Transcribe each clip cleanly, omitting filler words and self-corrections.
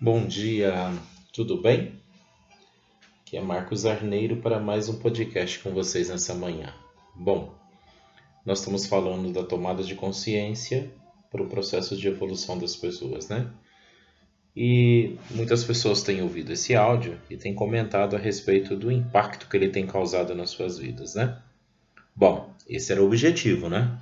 Bom dia, tudo bem? Aqui é Marcos Arneiro para mais um podcast com vocês nessa manhã. Bom, nós estamos falando da tomada de consciência para o processo de evolução das pessoas, né? E muitas pessoas têm ouvido esse áudio e têm comentado a respeito do impacto que ele tem causado nas suas vidas, né? Bom, esse era o objetivo, né?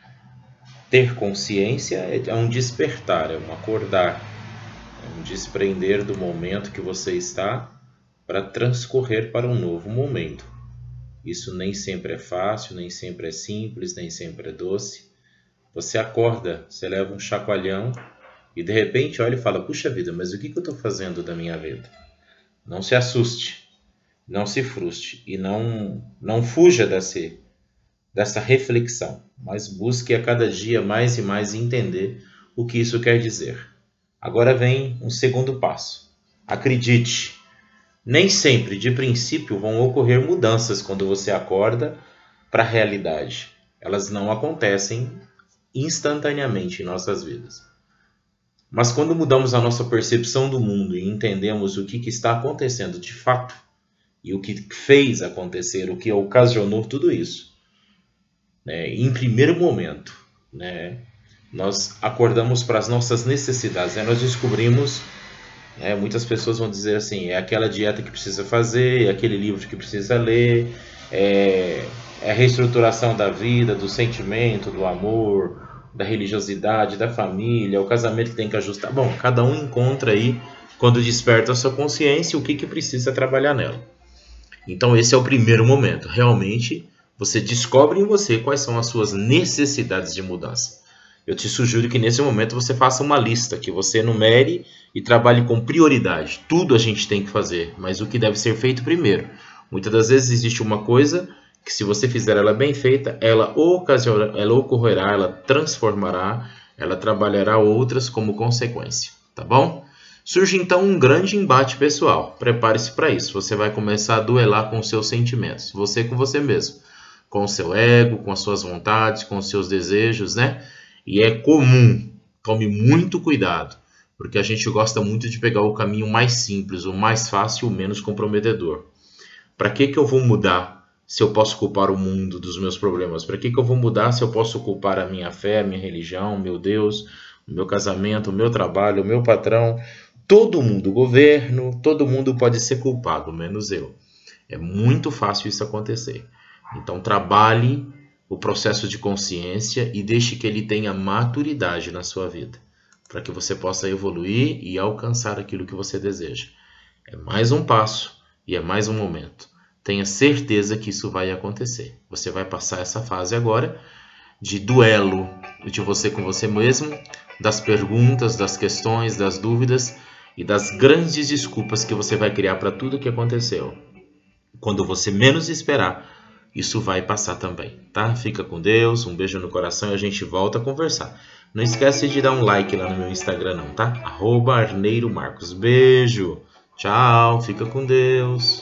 Ter consciência é um despertar, é um acordar, é um desprender do momento que você está para transcorrer para um novo momento. Isso nem sempre é fácil, nem sempre é simples, nem sempre é doce. Você acorda, você leva um chacoalhão e de repente olha e fala: puxa vida, mas o que eu estou fazendo da minha vida? Não se assuste, não se frustre e não fuja dessa reflexão, mas busque a cada dia mais e mais entender o que isso quer dizer. Agora vem um segundo passo. Acredite, nem sempre, de princípio, vão ocorrer mudanças quando você acorda para a realidade. Elas não acontecem instantaneamente em nossas vidas. Mas quando mudamos a nossa percepção do mundo e entendemos o que está acontecendo de fato, e o que fez acontecer, o que ocasionou tudo isso, em primeiro momento, nós acordamos para as nossas necessidades, nós descobrimos, muitas pessoas vão dizer assim, é aquela dieta que precisa fazer, é aquele livro que precisa ler, é a reestruturação da vida, do sentimento, do amor, da religiosidade, da família, o casamento que tem que ajustar. Bom, cada um encontra aí, quando desperta a sua consciência, o que precisa trabalhar nela. Então esse é o primeiro momento, realmente você descobre em você quais são as suas necessidades de mudança. Eu te sugiro que nesse momento você faça uma lista, que você enumere e trabalhe com prioridade. Tudo a gente tem que fazer, mas o que deve ser feito primeiro. Muitas das vezes existe uma coisa que, se você fizer ela bem feita, ela ocorrerá, ela transformará, ela trabalhará outras como consequência, tá bom? Surge então um grande embate pessoal. Prepare-se para isso. Você vai começar a duelar com os seus sentimentos, você com você mesmo, com o seu ego, com as suas vontades, com os seus desejos, E é comum, tome muito cuidado, porque a gente gosta muito de pegar o caminho mais simples, o mais fácil, o menos comprometedor. Para que eu vou mudar se eu posso culpar o mundo dos meus problemas? Para que eu vou mudar se eu posso culpar a minha fé, a minha religião, meu Deus, o meu casamento, o meu trabalho, o meu patrão? Todo mundo, o governo, todo mundo pode ser culpado, menos eu. É muito fácil isso acontecer. Então trabalhe o processo de consciência e deixe que ele tenha maturidade na sua vida, para que você possa evoluir e alcançar aquilo que você deseja. É mais um passo e é mais um momento. Tenha certeza que isso vai acontecer. Você vai passar essa fase agora de duelo de você com você mesmo, das perguntas, das questões, das dúvidas e das grandes desculpas que você vai criar para tudo que aconteceu. Quando você menos esperar, isso vai passar também, tá? Fica com Deus, um beijo no coração e a gente volta a conversar. Não esquece de dar um like lá no meu Instagram não, tá? @ArneiroMarcos. Beijo, tchau, fica com Deus.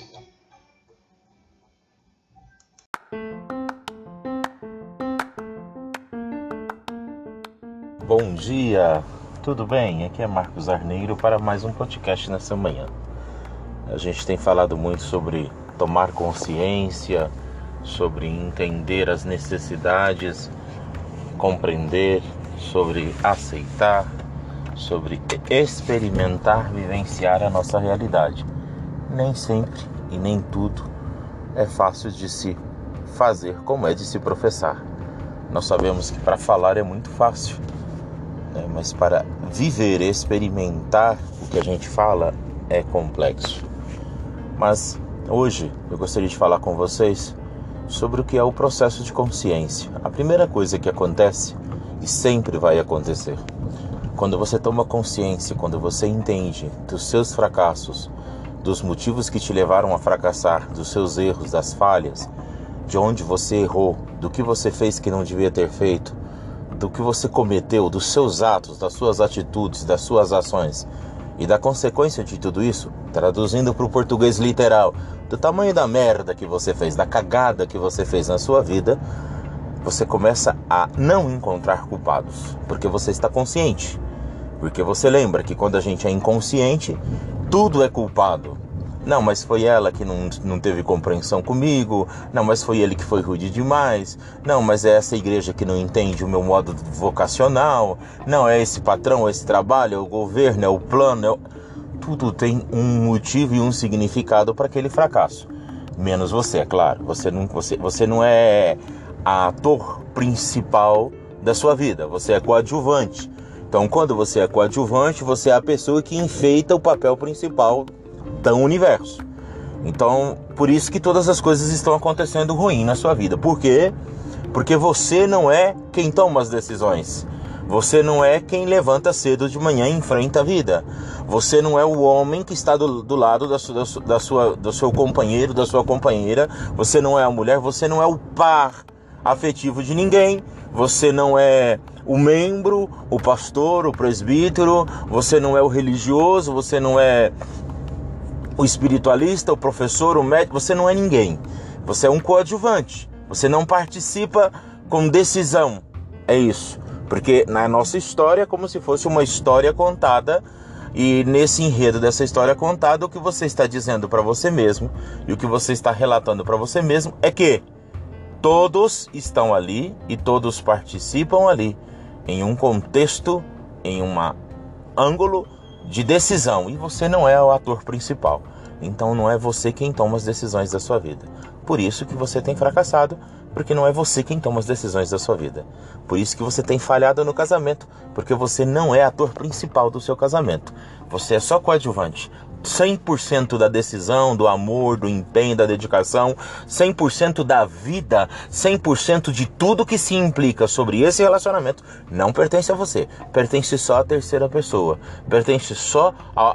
Bom dia, tudo bem? Aqui é Marcos Arneiro para mais um podcast nessa manhã. A gente tem falado muito sobre tomar consciência, sobre entender as necessidades, compreender, sobre aceitar, sobre experimentar, vivenciar a nossa realidade. Nem sempre e nem tudo é fácil de se fazer como é de se professar. Nós sabemos que para falar é muito fácil, mas para viver, experimentar o que a gente fala é complexo. Mas hoje eu gostaria de falar com vocês sobre o que é o processo de consciência. A primeira coisa que acontece, e sempre vai acontecer, quando você toma consciência, quando você entende dos seus fracassos, dos motivos que te levaram a fracassar, dos seus erros, das falhas, de onde você errou, do que você fez que não devia ter feito, do que você cometeu, dos seus atos, das suas atitudes, das suas ações e da consequência de tudo isso, traduzindo para o português literal, do tamanho da merda que você fez, da cagada que você fez na sua vida, você começa a não encontrar culpados, porque você está consciente. Porque você lembra que quando a gente é inconsciente, tudo é culpado. Não, mas foi ela que não teve compreensão comigo. Não, mas foi ele que foi rude demais. Não, mas é essa igreja que não entende o meu modo vocacional. Não, é esse patrão, é esse trabalho, é o governo, é o plano. Tudo tem um motivo e um significado para aquele fracasso. Menos você, é claro. Você não é ator principal da sua vida. Você é coadjuvante. Então, quando você é coadjuvante, você é a pessoa que enfeita o papel principal do universo. Então, por isso que todas as coisas estão acontecendo ruim na sua vida. Por quê? Porque você não é quem toma as decisões. Você não é quem levanta cedo de manhã e enfrenta a vida. Você não é o homem que está do lado do seu companheiro, da sua companheira. Você não é a mulher, você não é o par afetivo de ninguém. Você não é o membro, o pastor, o presbítero. Você não é o religioso, você não é o espiritualista, o professor, o médico. Você não é ninguém. Você é um coadjuvante. Você não participa com decisão. É isso. Porque na nossa história é como se fosse uma história contada. E nesse enredo dessa história contada, o que você está dizendo para você mesmo e o que você está relatando para você mesmo é que todos estão ali e todos participam ali em um contexto, em um ângulo de decisão. E você não é o ator principal. Então não é você quem toma as decisões da sua vida. Por isso que você tem fracassado, porque não é você quem toma as decisões da sua vida. Por isso que você tem falhado no casamento, porque você não é ator principal do seu casamento. Você é só coadjuvante. 100% da decisão, do amor, do empenho, da dedicação, 100% da vida, 100% de tudo que se implica sobre esse relacionamento não pertence a você, pertence só à terceira pessoa, pertence só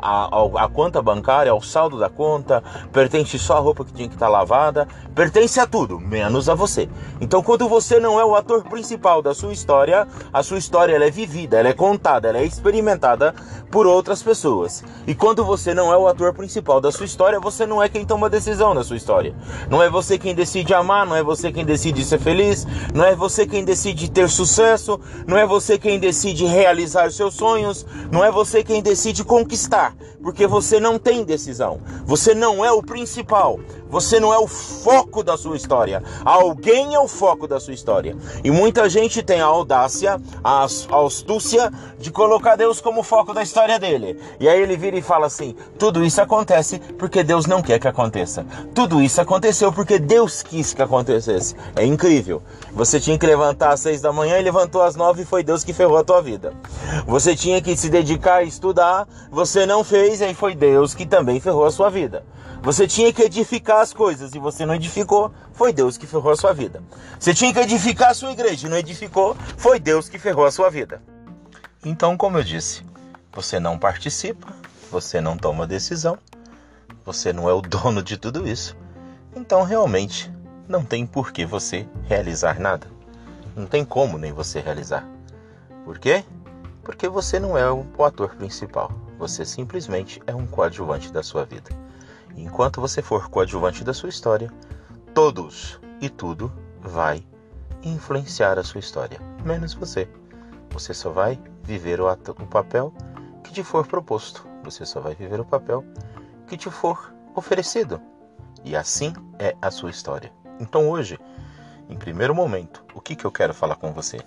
à conta bancária, ao saldo da conta, pertence só à roupa que tinha que estar lavada, pertence a tudo, menos a você. Então, quando você não é o ator principal da sua história, a sua história ela é vivida, ela é contada, ela é experimentada por outras pessoas. E quando você não é o ator principal da sua história, você não é quem toma decisão na sua história. Não é você quem decide amar, não é você quem decide ser feliz, não é você quem decide ter sucesso, não é você quem decide realizar seus sonhos, não é você quem decide conquistar, porque você não tem decisão. Você não é o principal, você não é o foco da sua história. Alguém é o foco da sua história. E muita gente tem a audácia, a astúcia de colocar Deus como foco da história dele. E aí ele vira e fala assim: tudo isso acontece porque Deus não quer que aconteça. Tudo isso aconteceu porque Deus quis que acontecesse. É incrível. Você tinha que levantar às 6 da manhã e levantou às 9 e foi Deus que ferrou a tua vida. Você tinha que se dedicar a estudar, você não fez e aí foi Deus que também ferrou a sua vida. Você tinha que edificar as coisas e você não edificou, foi Deus que ferrou a sua vida. Você tinha que edificar a sua igreja e não edificou, foi Deus que ferrou a sua vida. Então, como eu disse, você não participa, você não toma decisão, você não é o dono de tudo isso. Então, realmente, não tem por que você realizar nada. Não tem como nem você realizar. Por quê? Porque você não é o ator principal. Você simplesmente é um coadjuvante da sua vida. Enquanto você for coadjuvante da sua história, todos e tudo vai influenciar a sua história, menos você. Você só vai viver o papel que te for proposto. Você só vai viver o papel que te for oferecido. E assim é a sua história. Então hoje, em primeiro momento, o que eu quero falar com você?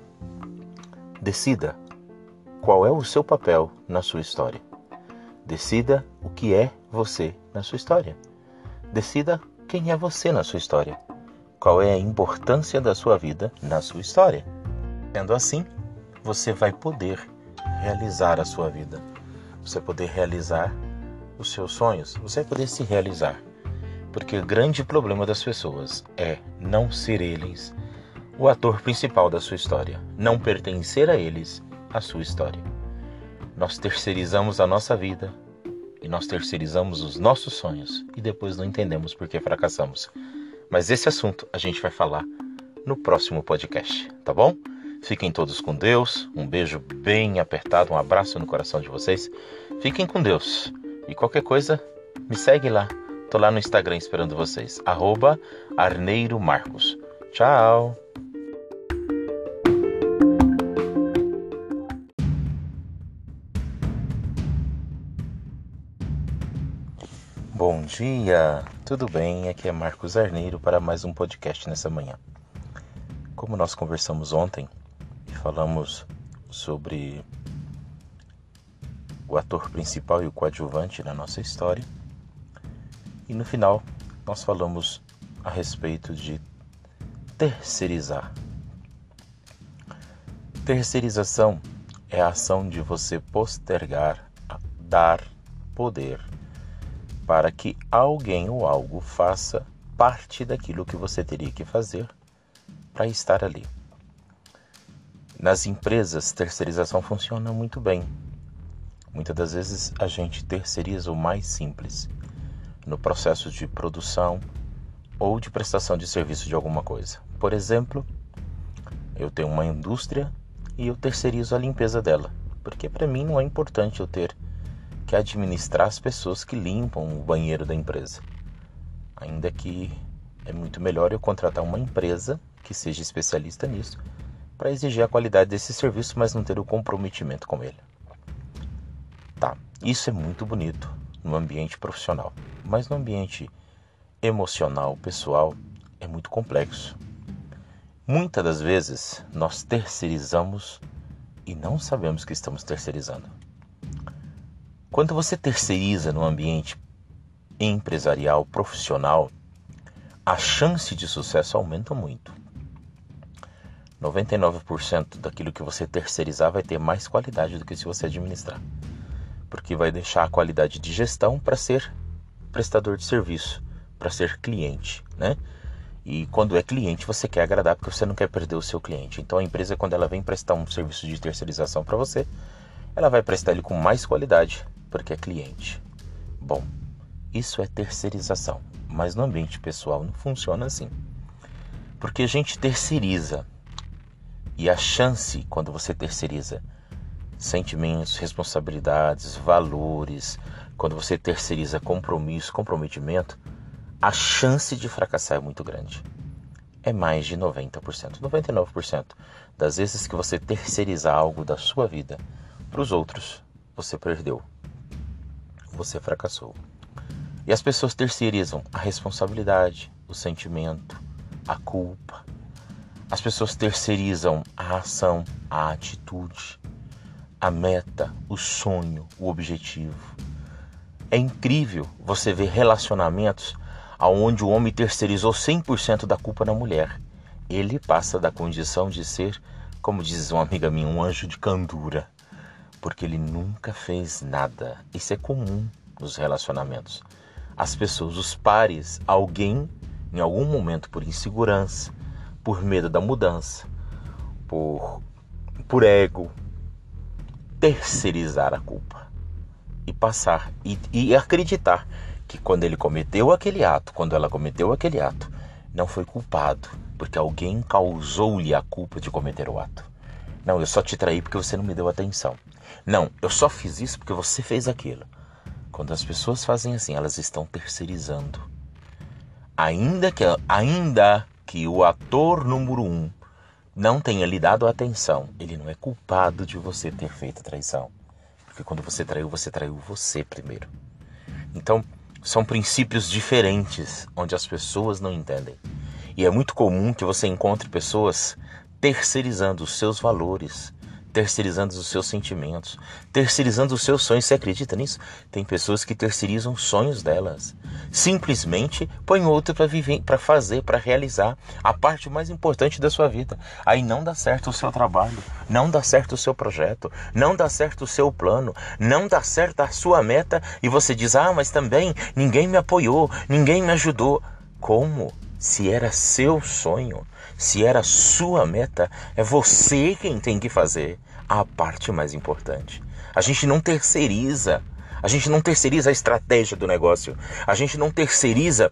Decida qual é o seu papel na sua história. Decida o que é você na sua história. Decida quem é você na sua história. Qual é a importância da sua vida na sua história. Sendo assim, você vai poder realizar a sua vida. Você vai poder realizar os seus sonhos. Você vai poder se realizar. Porque o grande problema das pessoas é não ser eles o ator principal da sua história. Não pertencer a eles a sua história. Nós terceirizamos a nossa vida e nós terceirizamos os nossos sonhos e depois não entendemos por que fracassamos. Mas esse assunto a gente vai falar no próximo podcast, tá bom? Fiquem todos com Deus, um beijo bem apertado, um abraço no coração de vocês. Fiquem com Deus e qualquer coisa, me segue lá. Tô lá no Instagram esperando vocês, @ArneiroMarcos. Tchau! dia, tudo bem? Aqui é Marcos Arneiro para mais um podcast nessa manhã. Como nós conversamos ontem e falamos sobre o ator principal e o coadjuvante na nossa história, e no final nós falamos a respeito de terceirizar. Terceirização é a ação de você postergar, dar poder para que alguém ou algo faça parte daquilo que você teria que fazer para estar ali. Nas empresas, terceirização funciona muito bem. Muitas das vezes a gente terceiriza o mais simples, no processo de produção ou de prestação de serviço de alguma coisa. Por exemplo, eu tenho uma indústria e eu terceirizo a limpeza dela, porque para mim não é importante eu ter que administrar as pessoas que limpam o banheiro da empresa. Ainda que é muito melhor eu contratar uma empresa que seja especialista nisso para exigir a qualidade desse serviço, mas não ter o comprometimento com ele. Tá, isso é muito bonito no ambiente profissional, mas no ambiente emocional, pessoal, é muito complexo. Muitas das vezes nós terceirizamos e não sabemos que estamos terceirizando. Quando você terceiriza no ambiente empresarial, profissional, a chance de sucesso aumenta muito. 99% daquilo que você terceirizar vai ter mais qualidade do que se você administrar. Porque vai deixar a qualidade de gestão para ser prestador de serviço, para ser cliente, né? E quando é cliente você quer agradar porque você não quer perder o seu cliente. Então a empresa, quando ela vem prestar um serviço de terceirização para você, ela vai prestar ele com mais qualidade, porque é cliente. Bom, isso é terceirização, mas no ambiente pessoal não funciona assim. Porque a gente terceiriza, e a chance, quando você terceiriza sentimentos, responsabilidades, valores, quando você terceiriza compromisso, comprometimento, a chance de fracassar é muito grande. É mais de 90%, 99% das vezes que você terceirizar algo da sua vida para os outros, você perdeu. Você fracassou. E as pessoas terceirizam a responsabilidade, o sentimento, a culpa. As pessoas terceirizam a ação, a atitude, a meta, o sonho, o objetivo. É incrível você ver relacionamentos onde o homem terceirizou 100% da culpa na mulher. Ele passa da condição de ser, como diz uma amiga minha, um anjo de candura. Porque ele nunca fez nada. Isso é comum nos relacionamentos. As pessoas, os pares, alguém, em algum momento, por insegurança, por medo da mudança, por ego, terceirizar a culpa. E passar, e acreditar que quando ele cometeu aquele ato, quando ela cometeu aquele ato, não foi culpado, porque alguém causou-lhe a culpa de cometer o ato. Não, eu só te traí porque você não me deu atenção. Não, eu só fiz isso porque você fez aquilo. Quando as pessoas fazem assim, elas estão terceirizando. Ainda que o ator número 1 não tenha lhe dado atenção, ele não é culpado de você ter feito a traição. Porque quando você traiu você primeiro. Então, são princípios diferentes, onde as pessoas não entendem. E é muito comum que você encontre pessoas terceirizando os seus valores, terceirizando os seus sentimentos, terceirizando os seus sonhos. Você acredita nisso? Tem pessoas que terceirizam os sonhos delas. Simplesmente põe outro para viver, para fazer, para realizar a parte mais importante da sua vida. Aí não dá certo o seu trabalho, não dá certo o seu projeto, não dá certo o seu plano, não dá certo a sua meta, e você diz, mas também ninguém me apoiou, ninguém me ajudou. Como? Se era seu sonho, se era sua meta, é você quem tem que fazer a parte mais importante. A gente não terceiriza. A gente não terceiriza a estratégia do negócio. A gente não terceiriza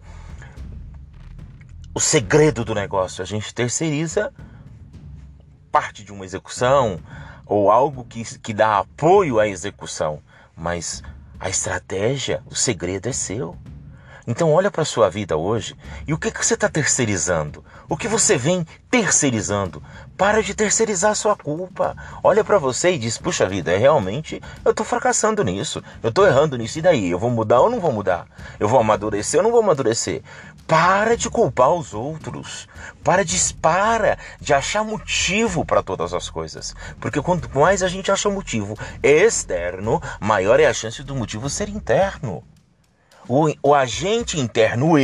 o segredo do negócio. A gente terceiriza parte de uma execução ou algo que dá apoio à execução. Mas a estratégia, o segredo é seu. Então olha para a sua vida hoje e o que você está terceirizando? O que você vem terceirizando? Para de terceirizar a sua culpa. Olha para você e diz, puxa vida, realmente eu estou fracassando nisso. Eu estou errando nisso. E daí? Eu vou mudar ou não vou mudar? Eu vou amadurecer ou não vou amadurecer? Para de culpar os outros. Para de achar motivo para todas as coisas. Porque quanto mais a gente acha motivo externo, maior é a chance do motivo ser interno. O agente interno,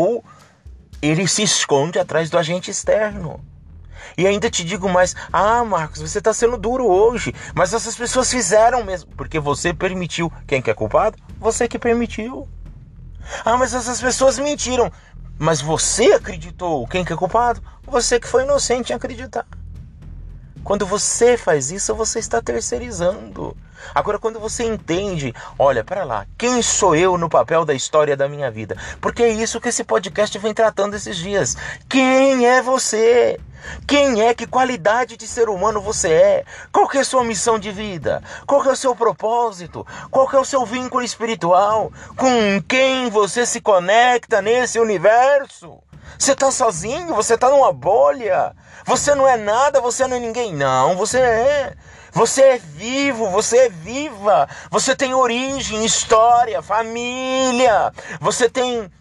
ele se esconde atrás do agente externo. E ainda te digo mais, Marcos, você está sendo duro hoje, mas essas pessoas fizeram mesmo, porque você permitiu. Quem que é culpado? Você que permitiu. Mas essas pessoas mentiram, mas você acreditou. Quem que é culpado? Você que foi inocente em acreditar. Quando você faz isso, você está terceirizando. Agora, quando você entende, olha, pera lá, quem sou eu no papel da história da minha vida? Porque é isso que esse podcast vem tratando esses dias. Quem é você? Quem é? Que qualidade de ser humano você é? Qual que é a sua missão de vida? Qual que é o seu propósito? Qual que é o seu vínculo espiritual? Com quem você se conecta nesse universo? Você está sozinho? Você está numa bolha? Você não é nada, você não é ninguém. Não, você é. Você é vivo, você é viva. Você tem origem, história, família. Você tem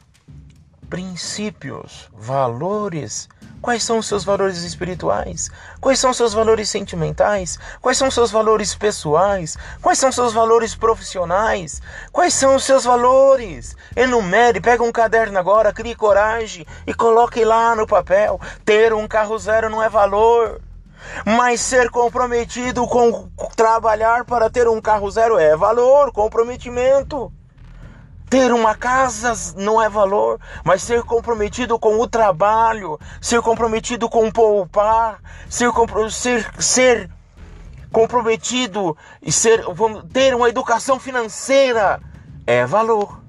princípios, valores. Quais são os seus valores espirituais? Quais são os seus valores sentimentais? Quais são os seus valores pessoais? Quais são os seus valores profissionais? Quais são os seus valores? Enumere, pega um caderno agora, crie coragem e coloque lá no papel. Ter um carro zero não é valor, mas ser comprometido com trabalhar para ter um carro zero é valor, comprometimento. Ter uma casa não é valor, mas ser comprometido com o trabalho, ser comprometido com poupar, ser comprometido e ter uma educação financeira é valor.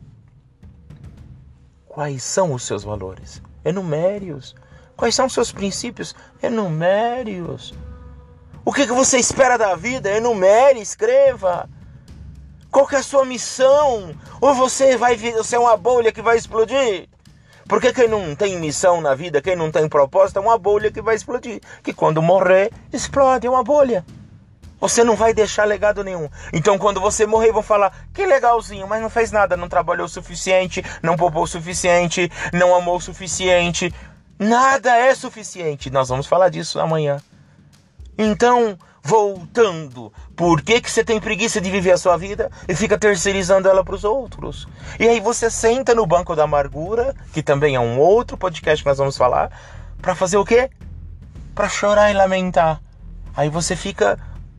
Quais são os seus valores? Enumere-os. Quais são os seus princípios? Enumere-os. O que você espera da vida? Enumere, escreva. Qual que é a sua missão? Ou você é uma bolha que vai explodir? Porque quem não tem missão na vida, quem não tem propósito, é uma bolha que vai explodir. Que quando morrer, explode, é uma bolha. Você não vai deixar legado nenhum. Então quando você morrer, vão falar, que legalzinho, mas não fez nada, não trabalhou o suficiente, não poupou o suficiente, não amou o suficiente. Nada é suficiente. Nós vamos falar disso amanhã. Então, voltando, por que você tem preguiça de viver a sua vida e fica terceirizando ela para os outros? E aí você senta no banco da amargura, que também é um outro podcast que nós vamos falar, para fazer o quê? Para chorar e lamentar. Aí você fica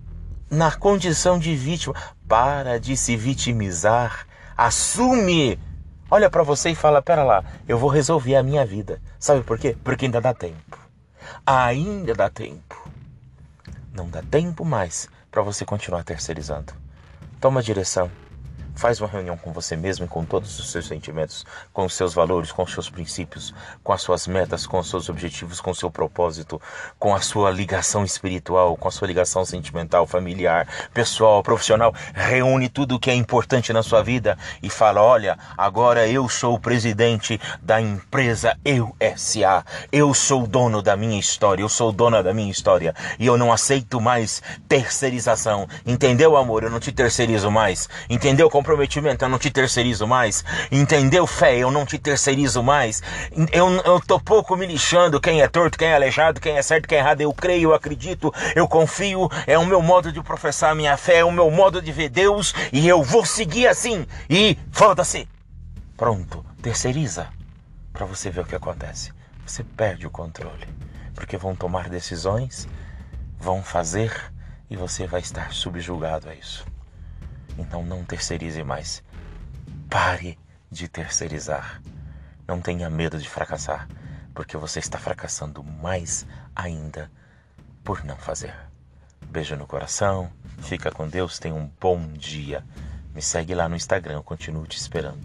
na condição de vítima. Para de se vitimizar. Assume. Olha para você e fala, pera lá, eu vou resolver a minha vida. Sabe por quê? Porque ainda dá tempo. Ainda dá tempo. Não dá tempo mais para você continuar terceirizando. Toma direção. Faz uma reunião com você mesmo e com todos os seus sentimentos, com os seus valores, com os seus princípios, com as suas metas, com os seus objetivos, com o seu propósito, com a sua ligação espiritual, com a sua ligação sentimental, familiar, pessoal, profissional. Reúne tudo o que é importante na sua vida e fala, olha, agora eu sou o presidente da empresa Eu S.A. Eu sou o dono da minha história, eu sou dona da minha história e eu não aceito mais terceirização. Entendeu, amor? Eu não te terceirizo mais. Entendeu, comprometimento? Eu não te terceirizo mais. Entendeu, fé? Eu não te terceirizo mais. Eu tô pouco me lixando quem é torto, quem é aleijado, quem é certo, quem é errado. Eu creio, eu acredito, eu confio. É o meu modo de professar a minha fé, é o meu modo de ver Deus e eu vou seguir assim. E foda-se. Pronto, terceiriza. Pra você ver o que acontece. Você perde o controle. Porque vão tomar decisões, vão fazer e você vai estar subjugado a isso. Então não terceirize mais. Pare de terceirizar. Não tenha medo de fracassar, porque você está fracassando mais ainda por não fazer. Beijo no coração, fica com Deus, tenha um bom dia. Me segue lá no Instagram, eu continuo te esperando.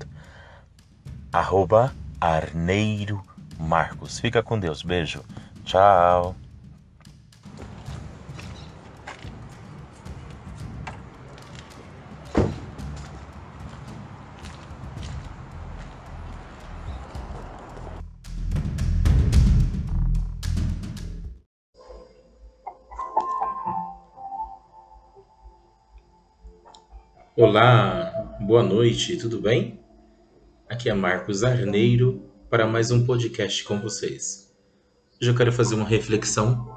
@ArneiroMarcos. Fica com Deus, beijo. Tchau. Olá, boa noite, tudo bem? Aqui é Marcos Arneiro para mais um podcast com vocês. Hoje eu quero fazer uma reflexão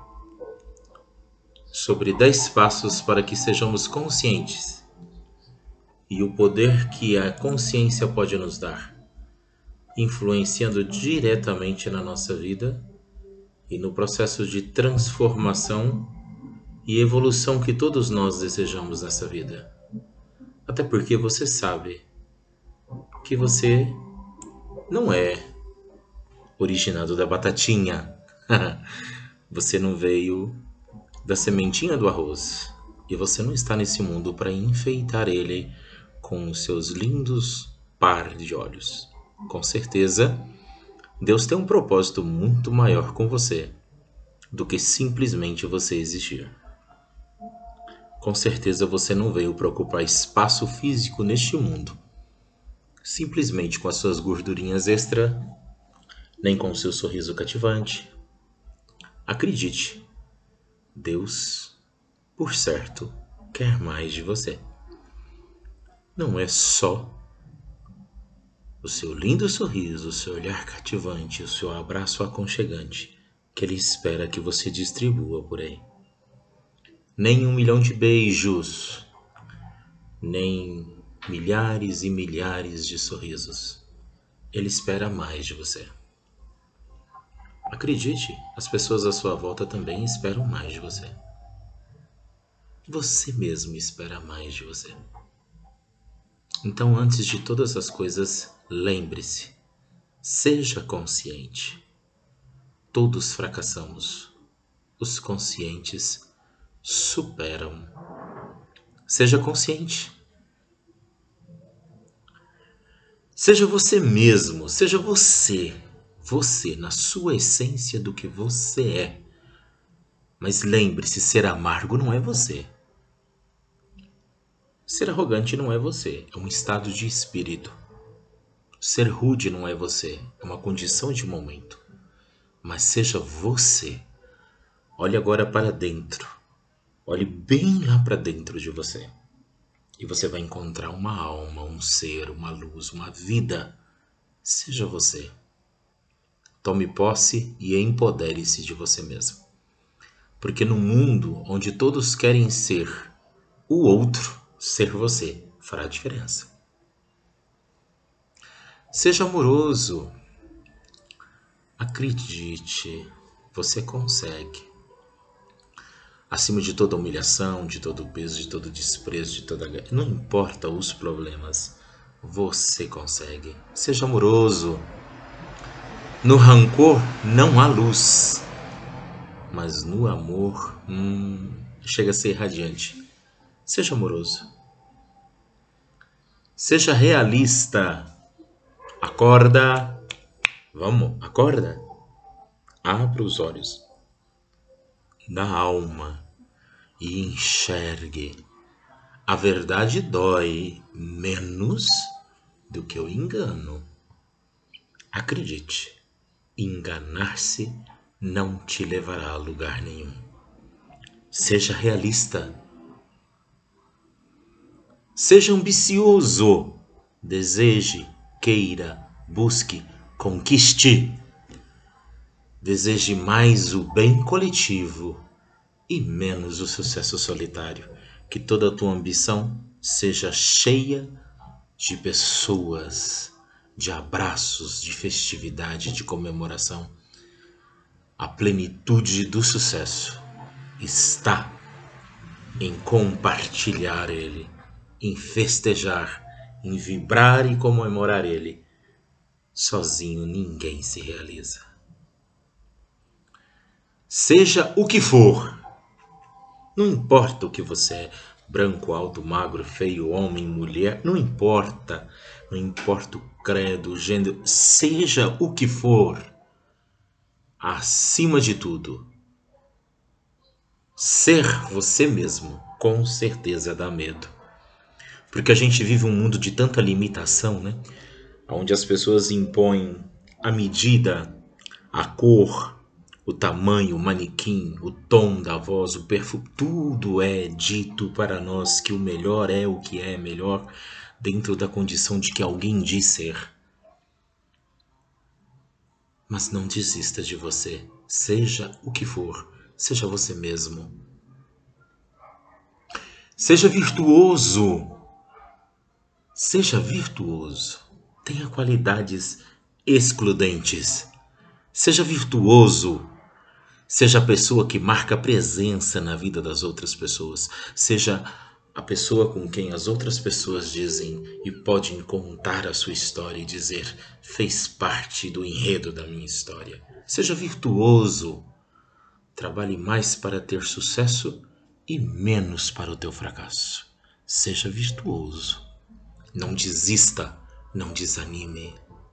sobre 10 passos para que sejamos conscientes e o poder que a consciência pode nos dar, influenciando diretamente na nossa vida e no processo de transformação e evolução que todos nós desejamos nessa vida. Até porque você sabe que você não é originado da batatinha. Você não veio da sementinha do arroz. E você não está nesse mundo para enfeitar ele com os seus lindos par de olhos. Com certeza, Deus tem um propósito muito maior com você do que simplesmente você existir. Com certeza você não veio para ocupar espaço físico neste mundo, simplesmente com as suas gordurinhas extra, nem com o seu sorriso cativante. Acredite, Deus, por certo, quer mais de você. Não é só o seu lindo sorriso, o seu olhar cativante, o seu abraço aconchegante que Ele espera que você distribua por aí. Nem 1 milhão de beijos, nem milhares e milhares de sorrisos. Ele espera mais de você. Acredite, as pessoas à sua volta também esperam mais de você. Você mesmo espera mais de você. Então, antes de todas as coisas, lembre-se, seja consciente. Todos fracassamos. Os conscientes superam. Seja consciente. Seja você mesmo, seja você na sua essência do que você é. Mas lembre-se, ser amargo não é você. Ser arrogante não é você, é um estado de espírito. Ser rude não é você, é uma condição de momento. Mas seja você. Olhe agora para dentro. Olhe bem lá para dentro de você. E você vai encontrar uma alma, um ser, uma luz, uma vida. Seja você. Tome posse e empodere-se de você mesmo. Porque no mundo onde todos querem ser o outro, ser você fará diferença. Seja amoroso. Acredite, você consegue. Acima de toda humilhação, de todo peso, de todo desprezo, de toda... Não importa os problemas, você consegue. Seja amoroso. No rancor não há luz, mas no amor, chega a ser radiante. Seja amoroso. Seja realista. Acorda. Vamos, acorda. Abra os olhos da alma e enxergue. A verdade dói menos do que o engano. Acredite, enganar-se não te levará a lugar nenhum. Seja realista. Seja ambicioso. Deseje, queira, busque, conquiste. Deseje mais o bem coletivo e menos o sucesso solitário. Que toda a tua ambição seja cheia de pessoas, de abraços, de festividade, de comemoração. A plenitude do sucesso está em compartilhar ele, em festejar, em vibrar e comemorar ele. Sozinho ninguém se realiza. Seja o que for, não importa o que você é, branco, alto, magro, feio, homem, mulher, não importa o credo, o gênero, seja o que for, acima de tudo, ser você mesmo, com certeza dá medo, porque a gente vive um mundo de tanta limitação, né? Onde as pessoas impõem a medida, a cor, o tamanho, o manequim, o tom da voz, o perfume, tudo é dito para nós que o melhor é o que é melhor dentro da condição de que alguém diz ser. Mas não desista de você, seja o que for, seja você mesmo. Seja virtuoso, tenha qualidades excludentes, seja virtuoso. Seja a pessoa que marca presença na vida das outras pessoas. Seja a pessoa com quem as outras pessoas dizem e podem contar a sua história e dizer: fez parte do enredo da minha história. Seja virtuoso. Trabalhe mais para ter sucesso e menos para o teu fracasso. Seja virtuoso. Não desista, não desanime.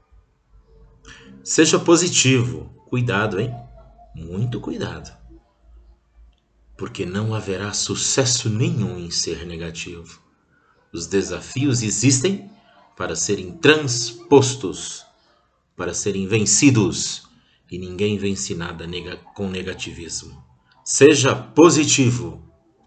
Seja positivo. Cuidado, hein? Muito cuidado, porque não haverá sucesso nenhum em ser negativo. Os desafios existem para serem transpostos, para serem vencidos, e ninguém vence nada com negativismo. Seja positivo.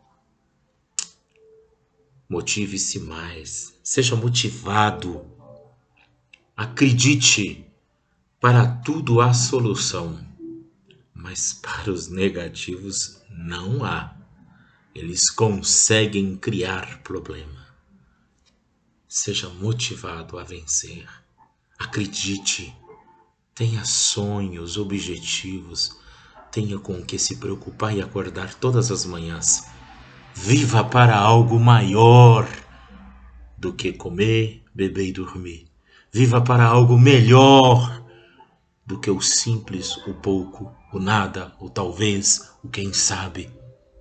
Motive-se mais, seja motivado. Acredite, para tudo há solução. Mas para os negativos não há. Eles conseguem criar problema. Seja motivado a vencer. Acredite. Tenha sonhos, objetivos. Tenha com que se preocupar e acordar todas as manhãs. Viva para algo maior do que comer, beber e dormir. Viva para algo melhor do que o simples, o pouco, o nada, o talvez, o quem sabe.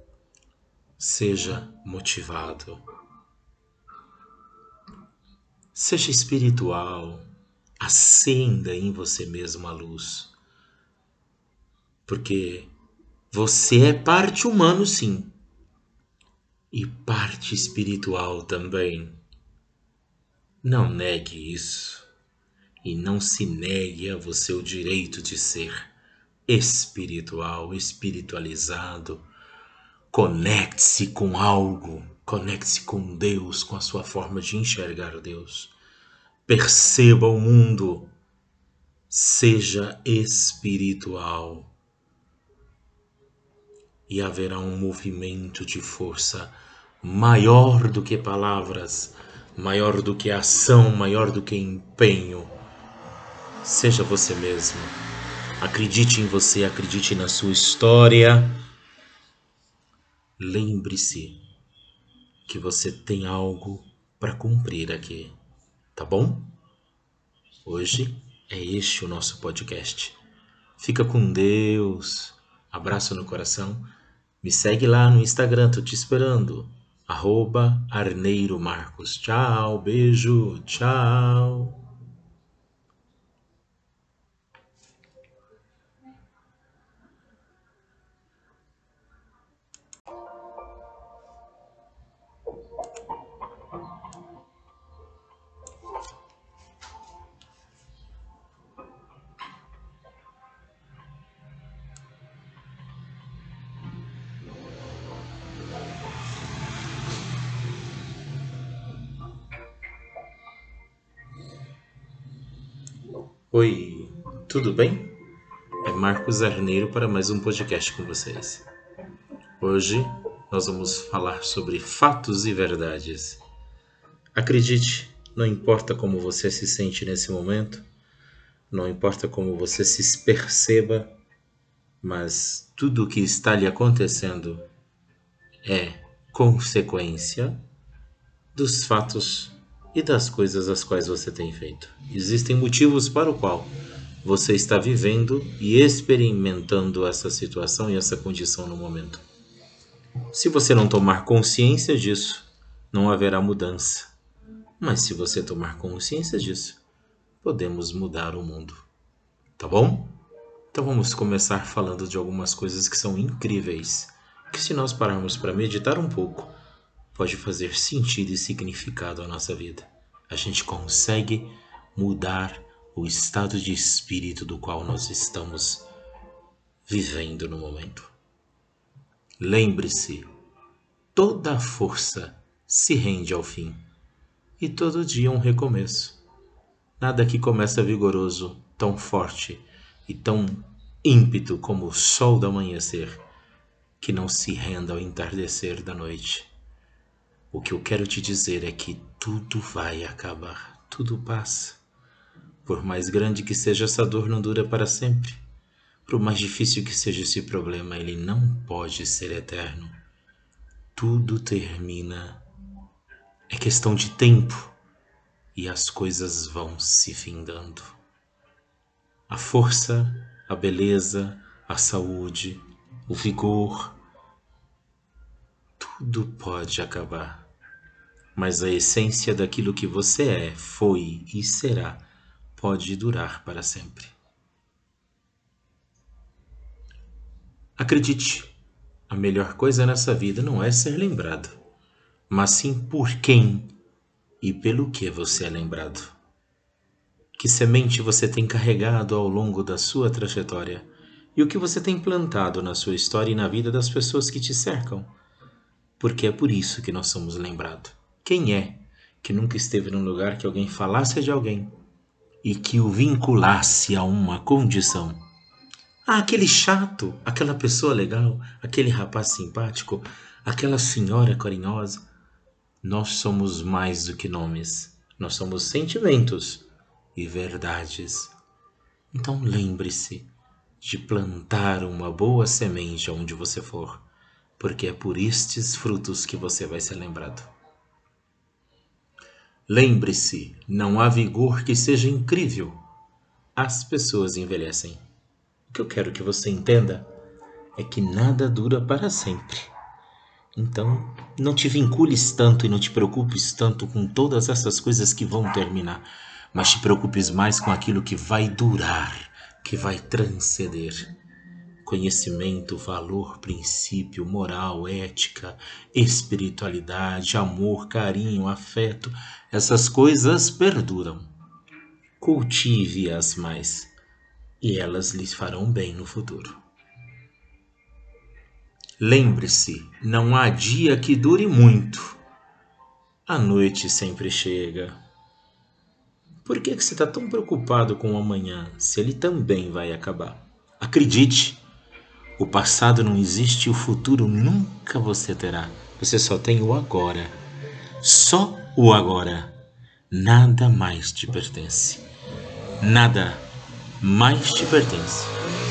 Seja motivado. Seja espiritual. Acenda em você mesmo a luz. Porque você é parte humano, sim. E parte espiritual também. Não negue isso. E não se negue a você o direito de ser espiritual, espiritualizado. Conecte-se com algo, conecte-se com Deus, com a sua forma de enxergar Deus. Perceba o mundo, seja espiritual. E haverá um movimento de força maior do que palavras, maior do que ação, maior do que empenho. Seja você mesmo. Acredite em você, acredite na sua história. Lembre-se que você tem algo para cumprir aqui, tá bom? Hoje é este o nosso podcast. Fica com Deus. Abraço no coração. Me segue lá no Instagram, tô te esperando. @arneiromarcos. Tchau, beijo, tchau. Oi, tudo bem? É Marcos Arneiro para mais um podcast com vocês. Hoje nós vamos falar sobre fatos e verdades. Acredite, não importa como você se sente nesse momento, não importa como você se perceba, mas tudo o que está lhe acontecendo é consequência dos fatos e das coisas as quais você tem feito. Existem motivos para o qual você está vivendo e experimentando essa situação e essa condição no momento. Se você não tomar consciência disso, não haverá mudança. Mas se você tomar consciência disso, podemos mudar o mundo. Tá bom? Então vamos começar falando de algumas coisas que são incríveis, que se nós pararmos para meditar um pouco, pode fazer sentido e significado à nossa vida. A gente consegue mudar o estado de espírito do qual nós estamos vivendo no momento. Lembre-se, toda a força se rende ao fim, e todo dia um recomeço. Nada que começa vigoroso, tão forte e tão ímpeto como o sol do amanhecer, que não se renda ao entardecer da noite. O que eu quero te dizer é que tudo vai acabar, tudo passa. Por mais grande que seja essa dor, não dura para sempre. Por mais difícil que seja esse problema, ele não pode ser eterno. Tudo termina. É questão de tempo e as coisas vão se findando. A força, a beleza, a saúde, o vigor, tudo pode acabar. Mas a essência daquilo que você é, foi e será pode durar para sempre. Acredite, a melhor coisa nessa vida não é ser lembrado, mas sim por quem e pelo que você é lembrado. Que semente você tem carregado ao longo da sua trajetória e o que você tem plantado na sua história e na vida das pessoas que te cercam. Porque é por isso que nós somos lembrados. Quem é que nunca esteve num lugar que alguém falasse de alguém e que o vinculasse a uma condição? Ah, aquele chato, aquela pessoa legal, aquele rapaz simpático, aquela senhora carinhosa. Nós somos mais do que nomes. Nós somos sentimentos e verdades. Então lembre-se de plantar uma boa semente onde você for, porque é por estes frutos que você vai ser lembrado. Lembre-se, não há vigor que seja incrível. As pessoas envelhecem. O que eu quero que você entenda é que nada dura para sempre. Então, não te vincules tanto e não te preocupes tanto com todas essas coisas que vão terminar, mas te preocupes mais com aquilo que vai durar, que vai transcender. Conhecimento, valor, princípio, moral, ética, espiritualidade, amor, carinho, afeto, essas coisas perduram. Cultive-as mais e elas lhes farão bem no futuro. Lembre-se, não há dia que dure muito. A noite sempre chega. Por que você está tão preocupado com o amanhã, se ele também vai acabar? Acredite, o passado não existe e o futuro nunca você terá. Você só tem o agora. Só o agora. Nada mais te pertence. Nada mais te pertence.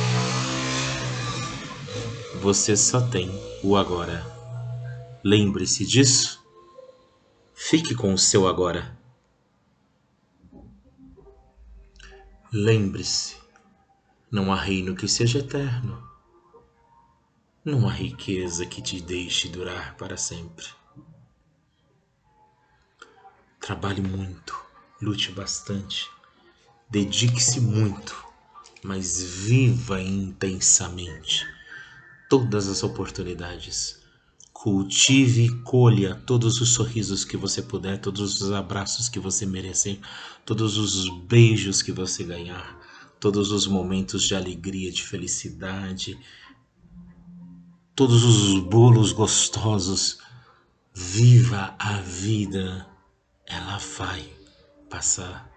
Você só tem o agora. Lembre-se disso. Fique com o seu agora. Lembre-se, não há reino que seja eterno. Não há riqueza que te deixe durar para sempre. Trabalhe muito, lute bastante, dedique-se muito, mas viva intensamente todas as oportunidades. Cultive e colha todos os sorrisos que você puder, todos os abraços que você merecer, todos os beijos que você ganhar, todos os momentos de alegria, de felicidade, todos os bolos gostosos. Viva a vida, ela vai passar.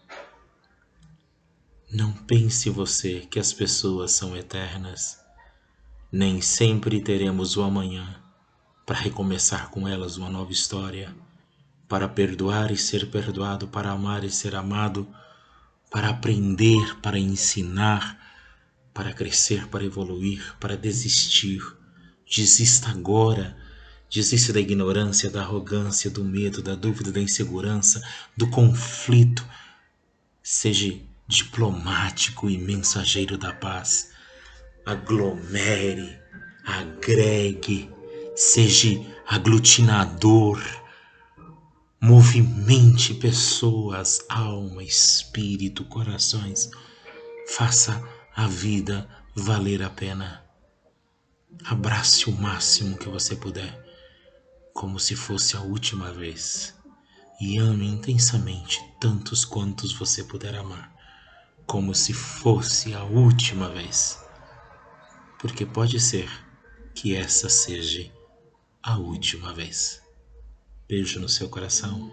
Não pense você que as pessoas são eternas. Nem sempre teremos o amanhã para recomeçar com elas uma nova história, para perdoar e ser perdoado, para amar e ser amado, para aprender, para ensinar, para crescer, para evoluir, para desistir. Desista agora. Desista da ignorância, da arrogância, do medo, da dúvida, da insegurança, do conflito. Seja diplomático e mensageiro da paz. Aglomere, agregue, seja aglutinador. Movimente pessoas, alma, espírito, corações. Faça a vida valer a pena. Abrace o máximo que você puder, como se fosse a última vez. E ame intensamente tantos quantos você puder amar, como se fosse a última vez. porque pode ser que essa seja a última vez. Beijo no seu coração.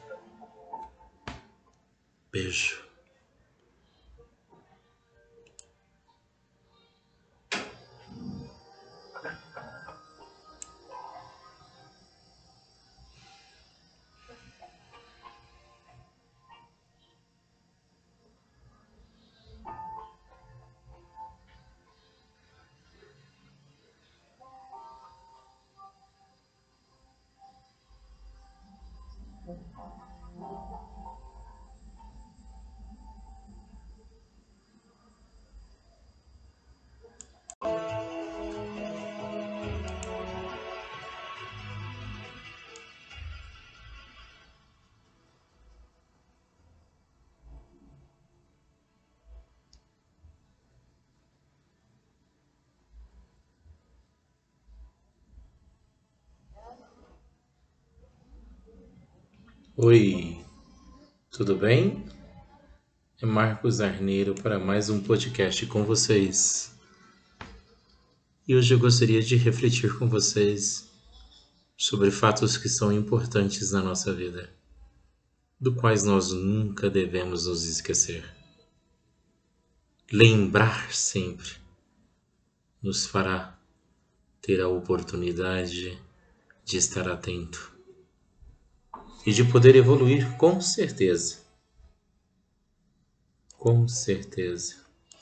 Beijo. Oi, tudo bem? É Marcos Arneiro para mais um podcast com vocês. E hoje eu gostaria de refletir com vocês sobre fatos que são importantes na nossa vida, do quais nós nunca devemos nos esquecer. Lembrar sempre nos fará ter a oportunidade de estar atento e de poder evoluir com certeza. Com certeza.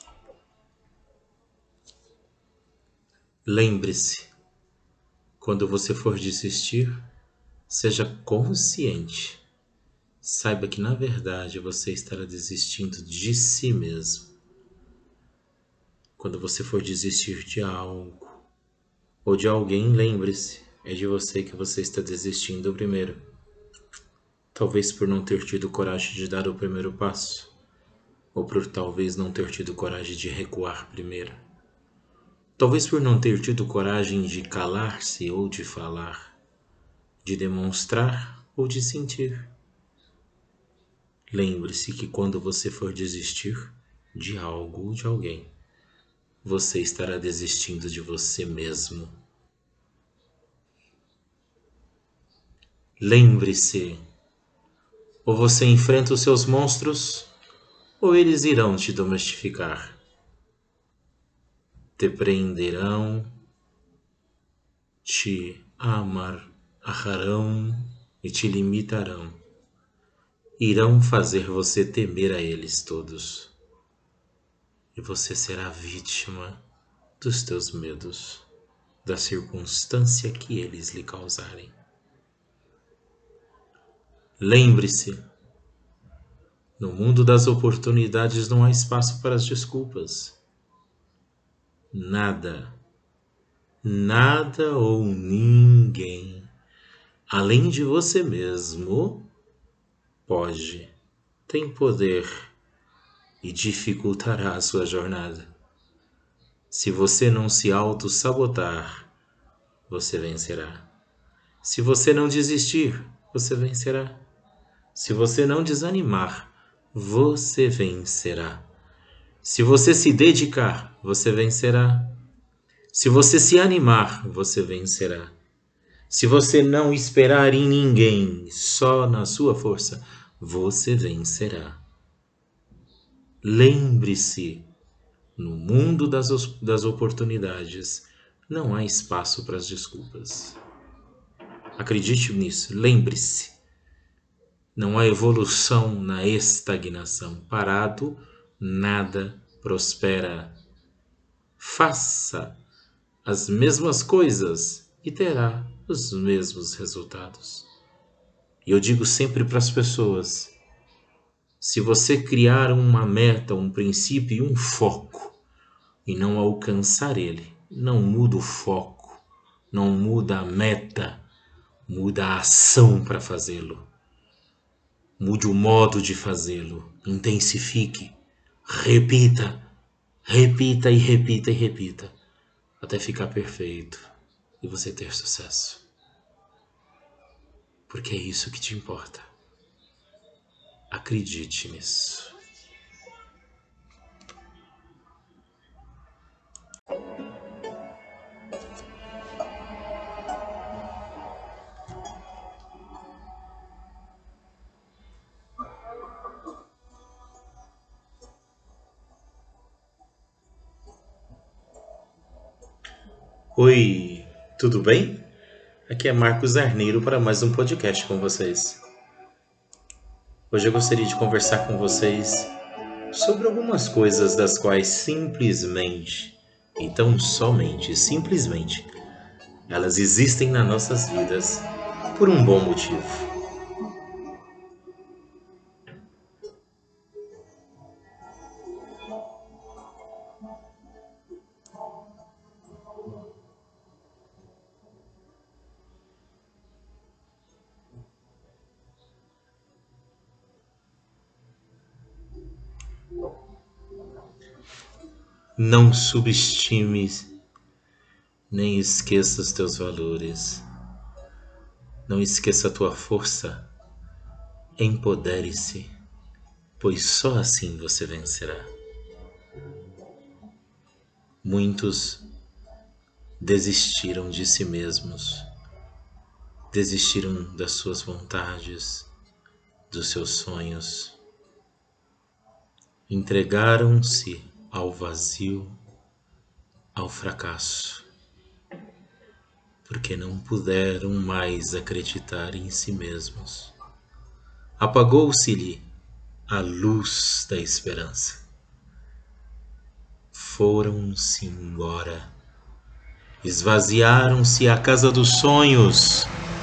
Lembre-se, quando você for desistir, seja consciente. Saiba que na verdade você estará desistindo de si mesmo. Quando você for desistir de algo ou de alguém, lembre-se, é de você que você está desistindo primeiro. Talvez por não ter tido coragem de dar o primeiro passo, ou por talvez não ter tido coragem de recuar primeiro. Talvez por não ter tido coragem de calar-se ou de falar, de demonstrar ou de sentir. Lembre-se que quando você for desistir de algo ou de alguém, você estará desistindo de você mesmo. Lembre-se, ou você enfrenta os seus monstros, ou eles irão te domesticar. Te prenderão, te amarrarão e te limitarão. Irão fazer você temer a eles todos. E você será vítima dos teus medos, da circunstância que eles lhe causarem. Lembre-se, no mundo das oportunidades não há espaço para as desculpas. Nada ou ninguém, além de você mesmo, tem poder e dificultará a sua jornada. Se você não se auto-sabotar, você vencerá. Se você não desistir, você vencerá. Se você não desanimar, você vencerá. Se você se dedicar, você vencerá. Se você se animar, você vencerá. Se você não esperar em ninguém, só na sua força, você vencerá. Lembre-se, no mundo das oportunidades, não há espaço para as desculpas. Acredite nisso, lembre-se. Não há evolução na estagnação. Parado, nada prospera. Faça as mesmas coisas e terá os mesmos resultados. E eu digo sempre para as pessoas, se você criar uma meta, um princípio e um foco e não alcançar ele, não muda o foco, não muda a meta, muda a ação para fazê-lo. Mude o modo de fazê-lo, intensifique, repita, repita e repita e repita, até ficar perfeito e você ter sucesso. Porque é isso que te importa. Acredite nisso. Oi, tudo bem? Aqui é Marcos Arneiro para mais um podcast com vocês. Hoje eu gostaria de conversar com vocês sobre algumas coisas das quais simplesmente, e tão somente simplesmente, elas existem nas nossas vidas por um bom motivo. Não subestime nem esqueça os teus valores. Não esqueça a tua força. Empodere-se, pois só assim você vencerá. Muitos desistiram de si mesmos, desistiram das suas vontades, dos seus sonhos, entregaram-se ao vazio, ao fracasso, porque não puderam mais acreditar em si mesmos. Apagou-se-lhe a luz da esperança. Foram-se embora, esvaziaram-se a casa dos sonhos,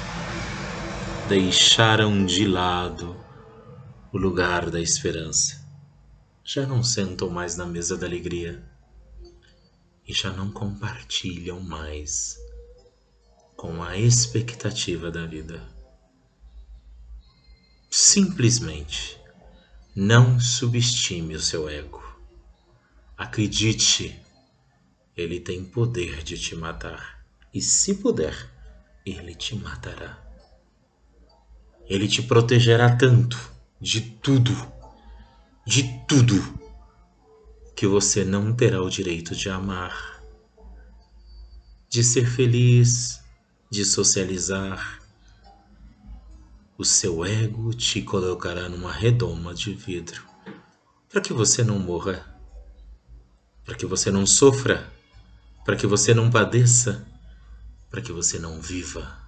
deixaram de lado o lugar da esperança. Já não sentam mais na mesa da alegria e já não compartilham mais com a expectativa da vida. Simplesmente não subestime o seu ego. Acredite, ele tem poder de te matar. E se puder, ele te matará. Ele te protegerá tanto de tudo, que você não terá o direito de amar, de ser feliz, de socializar. O seu ego te colocará numa redoma de vidro para que você não morra, para que você não sofra, para que você não padeça, para que você não viva.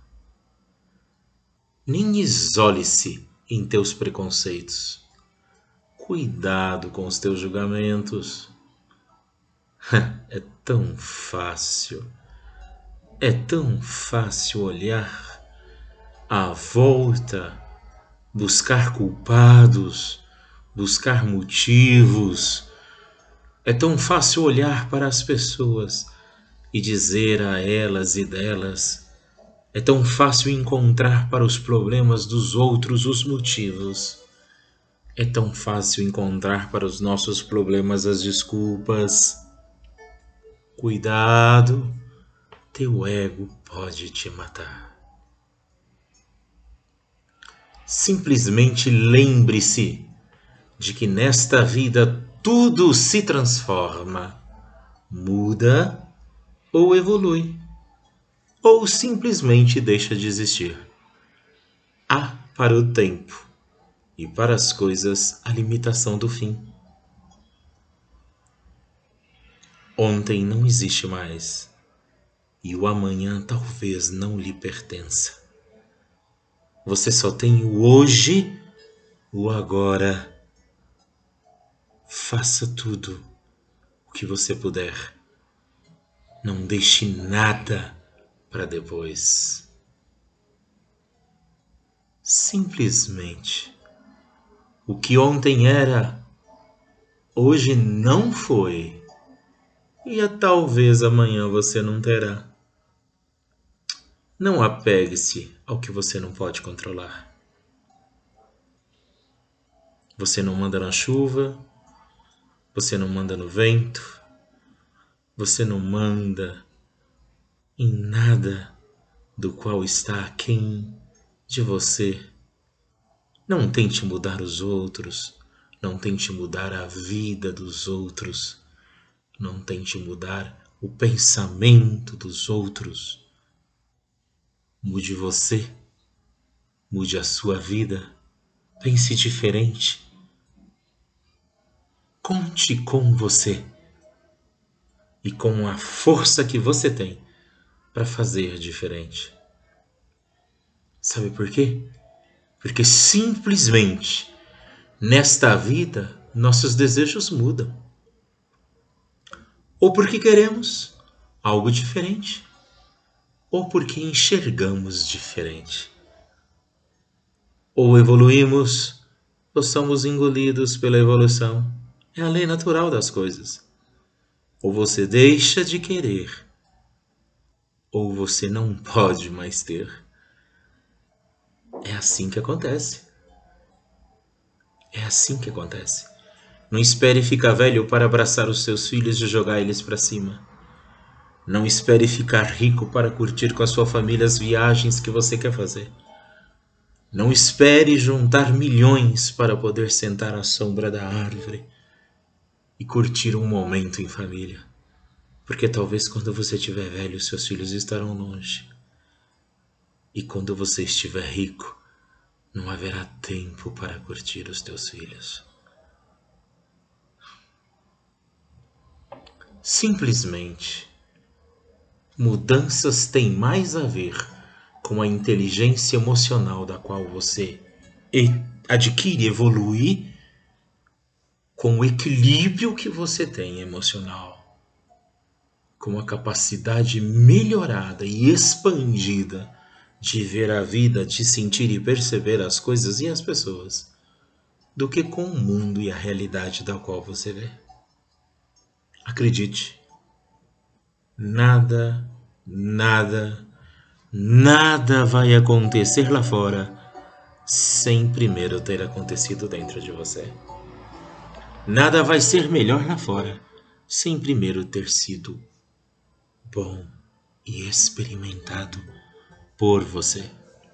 Nem isole-se em teus preconceitos. Cuidado com os teus julgamentos. É tão fácil olhar à volta, buscar culpados, buscar motivos. É tão fácil olhar para as pessoas e dizer a elas e delas. É tão fácil encontrar para os problemas dos outros os motivos. É tão fácil encontrar para os nossos problemas as desculpas. Cuidado, teu ego pode te matar. Simplesmente lembre-se de que nesta vida tudo se transforma, muda ou evolui, ou simplesmente deixa de existir. Há para o tempo e para as coisas a limitação do fim. Ontem não existe mais e o amanhã talvez não lhe pertença. Você só tem o hoje, o agora. Faça tudo o que você puder. Não deixe nada para depois. Simplesmente, o que ontem era, hoje não foi. E talvez amanhã você não terá. Não apegue-se ao que você não pode controlar. Você não manda na chuva, você não manda no vento, você não manda em nada do qual está aquém de você. Não tente mudar os outros, não tente mudar a vida dos outros, não tente mudar o pensamento dos outros. Mude você, mude a sua vida, pense diferente. Conte com você e com a força que você tem para fazer diferente. Sabe por quê? Porque simplesmente nesta vida nossos desejos mudam. Ou porque queremos algo diferente, ou porque enxergamos diferente. Ou evoluímos, ou somos engolidos pela evolução. É a lei natural das coisas. Ou você deixa de querer, ou você não pode mais ter. É assim que acontece. É assim que acontece. Não espere ficar velho para abraçar os seus filhos e jogar eles para cima. Não espere ficar rico para curtir com a sua família as viagens que você quer fazer. Não espere juntar milhões para poder sentar à sombra da árvore e curtir um momento em família. Porque talvez quando você estiver velho, seus filhos estarão longe. E quando você estiver rico, não haverá tempo para curtir os teus filhos. Simplesmente, mudanças têm mais a ver com a inteligência emocional da qual você adquire, evolui, com o equilíbrio que você tem emocional, com a capacidade melhorada e expandida de ver a vida, de sentir e perceber as coisas e as pessoas, do que com o mundo e a realidade da qual você vê. Acredite, nada vai acontecer lá fora sem primeiro ter acontecido dentro de você. Nada vai ser melhor lá fora sem primeiro ter sido bom e experimentado por você.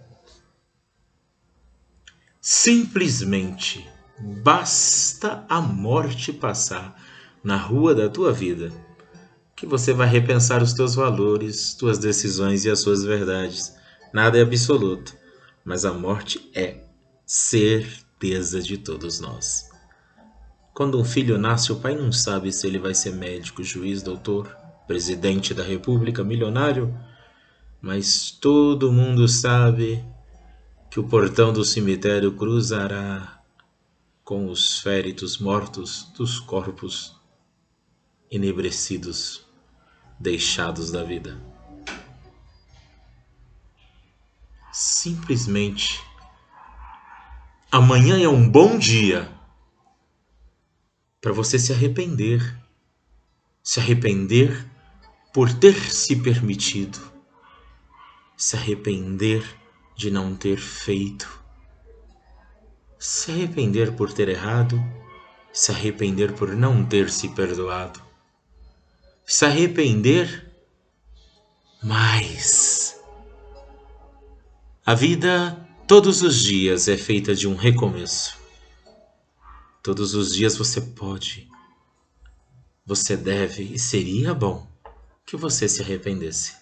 Simplesmente basta a morte passar na rua da tua vida que você vai repensar os teus valores, tuas decisões e as suas verdades. Nada é absoluto, mas a morte é certeza de todos nós. Quando um filho nasce, o pai não sabe se ele vai ser médico, juiz, doutor, presidente da república, milionário, mas todo mundo sabe que o portão do cemitério cruzará com os féritos mortos dos corpos enebrecidos, deixados da vida. Simplesmente, amanhã é um bom dia para você se arrepender por ter se permitido, se arrepender de não ter feito, se arrepender por ter errado, se arrepender por não ter se perdoado, se arrepender, mas a vida todos os dias é feita de um recomeço. Todos os dias você pode, você deve e seria bom que você se arrependesse.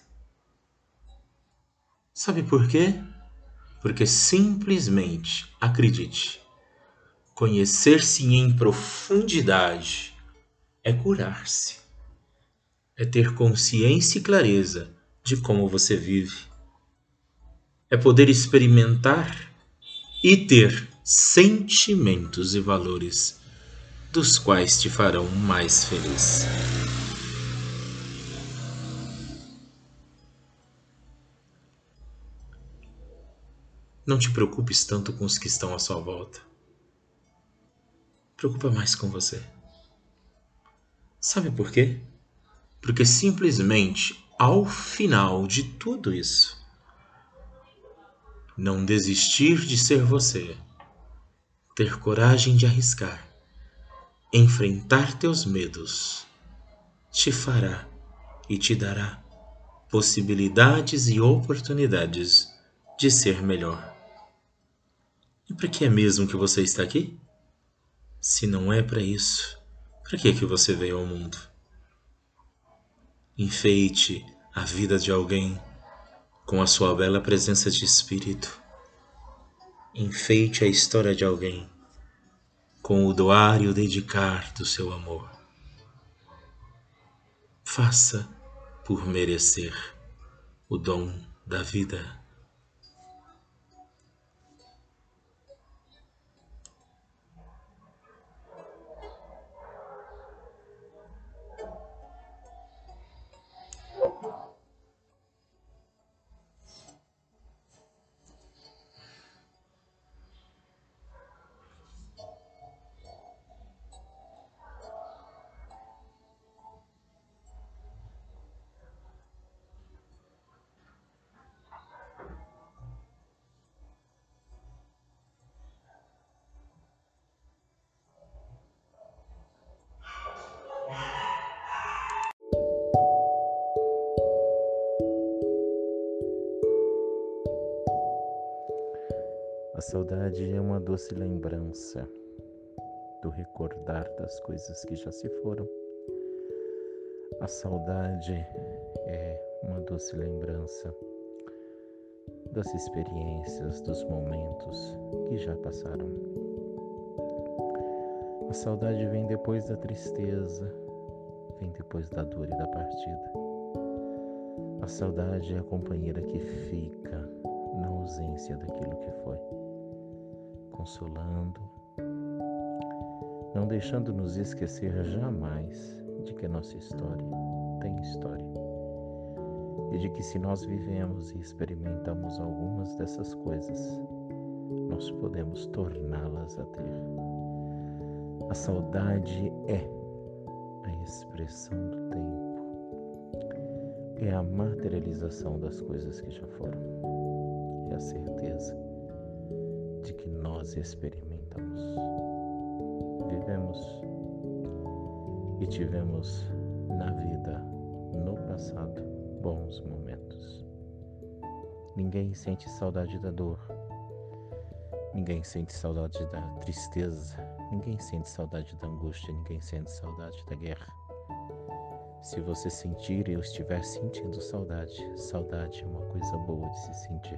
Sabe por quê? Porque simplesmente, acredite, conhecer-se em profundidade é curar-se, é ter consciência e clareza de como você vive, é poder experimentar e ter sentimentos e valores dos quais te farão mais feliz. Não te preocupes tanto com os que estão à sua volta. Preocupa mais com você. Sabe por quê? Porque simplesmente, ao final de tudo isso, não desistir de ser você, ter coragem de arriscar, enfrentar teus medos, te fará e te dará possibilidades e oportunidades de ser melhor. E para que é mesmo que você está aqui? Se não é para isso, para que você veio ao mundo? Enfeite a vida de alguém com a sua bela presença de espírito. Enfeite a história de alguém com o doar e o dedicar do seu amor. Faça por merecer. o dom da vida. A saudade é uma doce lembrança do recordar das coisas que já se foram. A saudade é uma doce lembrança das experiências, dos momentos que já passaram. A saudade vem depois da tristeza, vem depois da dor e da partida. A saudade é a companheira que fica na ausência daquilo que foi, consolando, não deixando-nos esquecer jamais de que a nossa história tem história e de que se nós vivemos e experimentamos algumas dessas coisas, nós podemos torná-las a ter. A saudade é a expressão do tempo, é a materialização das coisas que já foram, é a certeza de que nós experimentamos, vivemos e tivemos na vida, no passado, bons momentos. Ninguém sente saudade da dor, ninguém sente saudade da tristeza, ninguém sente saudade da angústia, ninguém sente saudade da guerra. Se você sentir e eu estiver sentindo saudade, saudade é uma coisa boa de se sentir,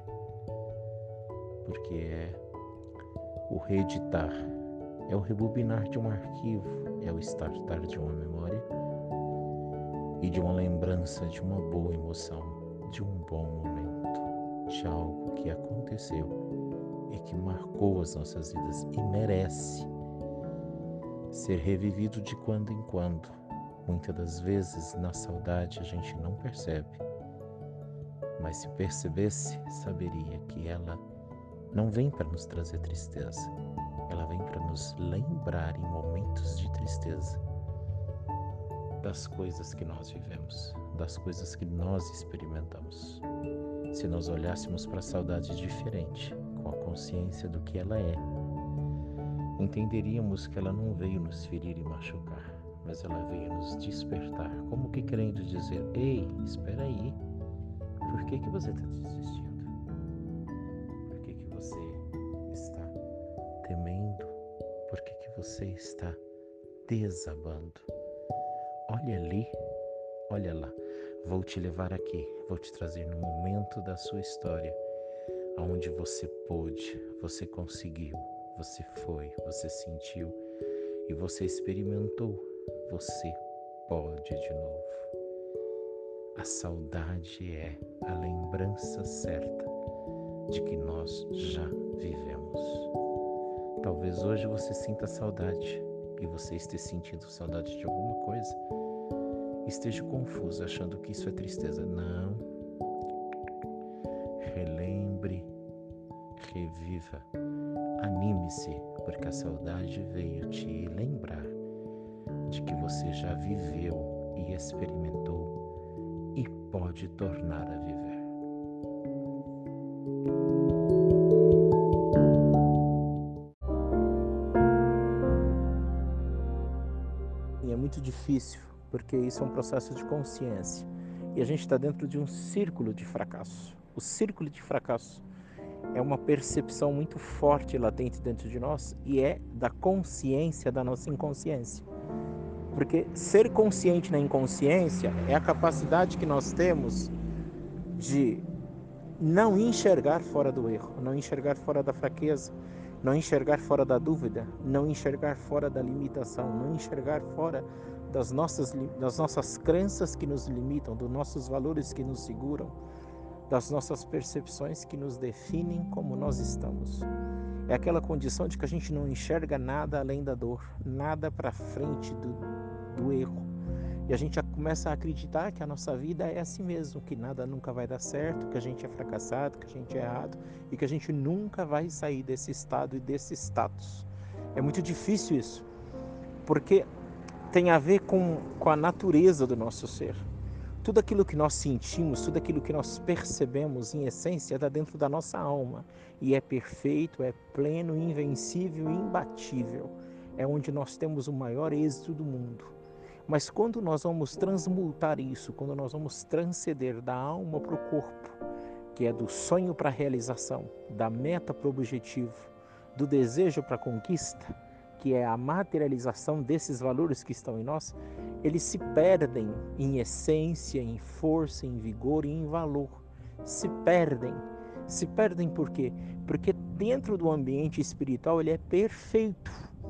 porque é o reeditar, é o rebobinar de um arquivo, é o startar de uma memória e de uma lembrança de uma boa emoção, de um bom momento, de algo que aconteceu e que marcou as nossas vidas e merece ser revivido de quando em quando. Muitas das vezes na saudade a gente não percebe, mas se percebesse, saberia que ela não vem para nos trazer tristeza, ela vem para nos lembrar em momentos de tristeza das coisas que nós vivemos, das coisas que nós experimentamos. Se nós olhássemos para a saudade diferente, com a consciência do que ela é, entenderíamos que ela não veio nos ferir e machucar, mas ela veio nos despertar, como que querendo dizer: ei, espera aí, por que você está desistindo? Por que você está temendo? Por que você está desabando? Olha ali, olha lá, vou te levar aqui, vou te trazer no momento da sua história, onde você pôde, você conseguiu, você foi, você sentiu e você experimentou. Você pode de novo. A saudade é a lembrança certa de que nós já vivemos. Talvez hoje você sinta saudade e você esteja sentindo saudade de alguma coisa, esteja confuso achando que isso é tristeza. Não. Relembre, reviva, anime-se, porque a saudade veio te lembrar de que você já viveu e experimentou e pode tornar a viver. E é muito difícil, porque isso é um processo de consciência e a gente está dentro de um círculo de fracasso. O círculo de fracasso é uma percepção muito forte e latente dentro de nós e é da consciência da nossa inconsciência. Porque ser consciente na inconsciência é a capacidade que nós temos de não enxergar fora do erro, não enxergar fora da fraqueza, não enxergar fora da dúvida, não enxergar fora da limitação, não enxergar fora das nossas crenças que nos limitam, dos nossos valores que nos seguram, das nossas percepções que nos definem como nós estamos. É aquela condição de que a gente não enxerga nada além da dor, nada para frente do erro. E a gente começa a acreditar que a nossa vida é assim mesmo, que nada nunca vai dar certo, que a gente é fracassado, que a gente é errado e que a gente nunca vai sair desse estado e desse status. É muito difícil isso, porque tem a ver com a natureza do nosso ser. Tudo aquilo que nós sentimos, tudo aquilo que nós percebemos, em essência, está dentro da nossa alma. E é perfeito, é pleno, invencível e imbatível. É onde nós temos o maior êxito do mundo. Mas quando nós vamos transmutar isso, quando nós vamos transcender da alma para o corpo, que é do sonho para a realização, da meta para o objetivo, do desejo para a conquista, que é a materialização desses valores que estão em nós, eles se perdem em essência, em força, em vigor e em valor. Se perdem. Se perdem por quê? Porque dentro do ambiente espiritual ele é perfeito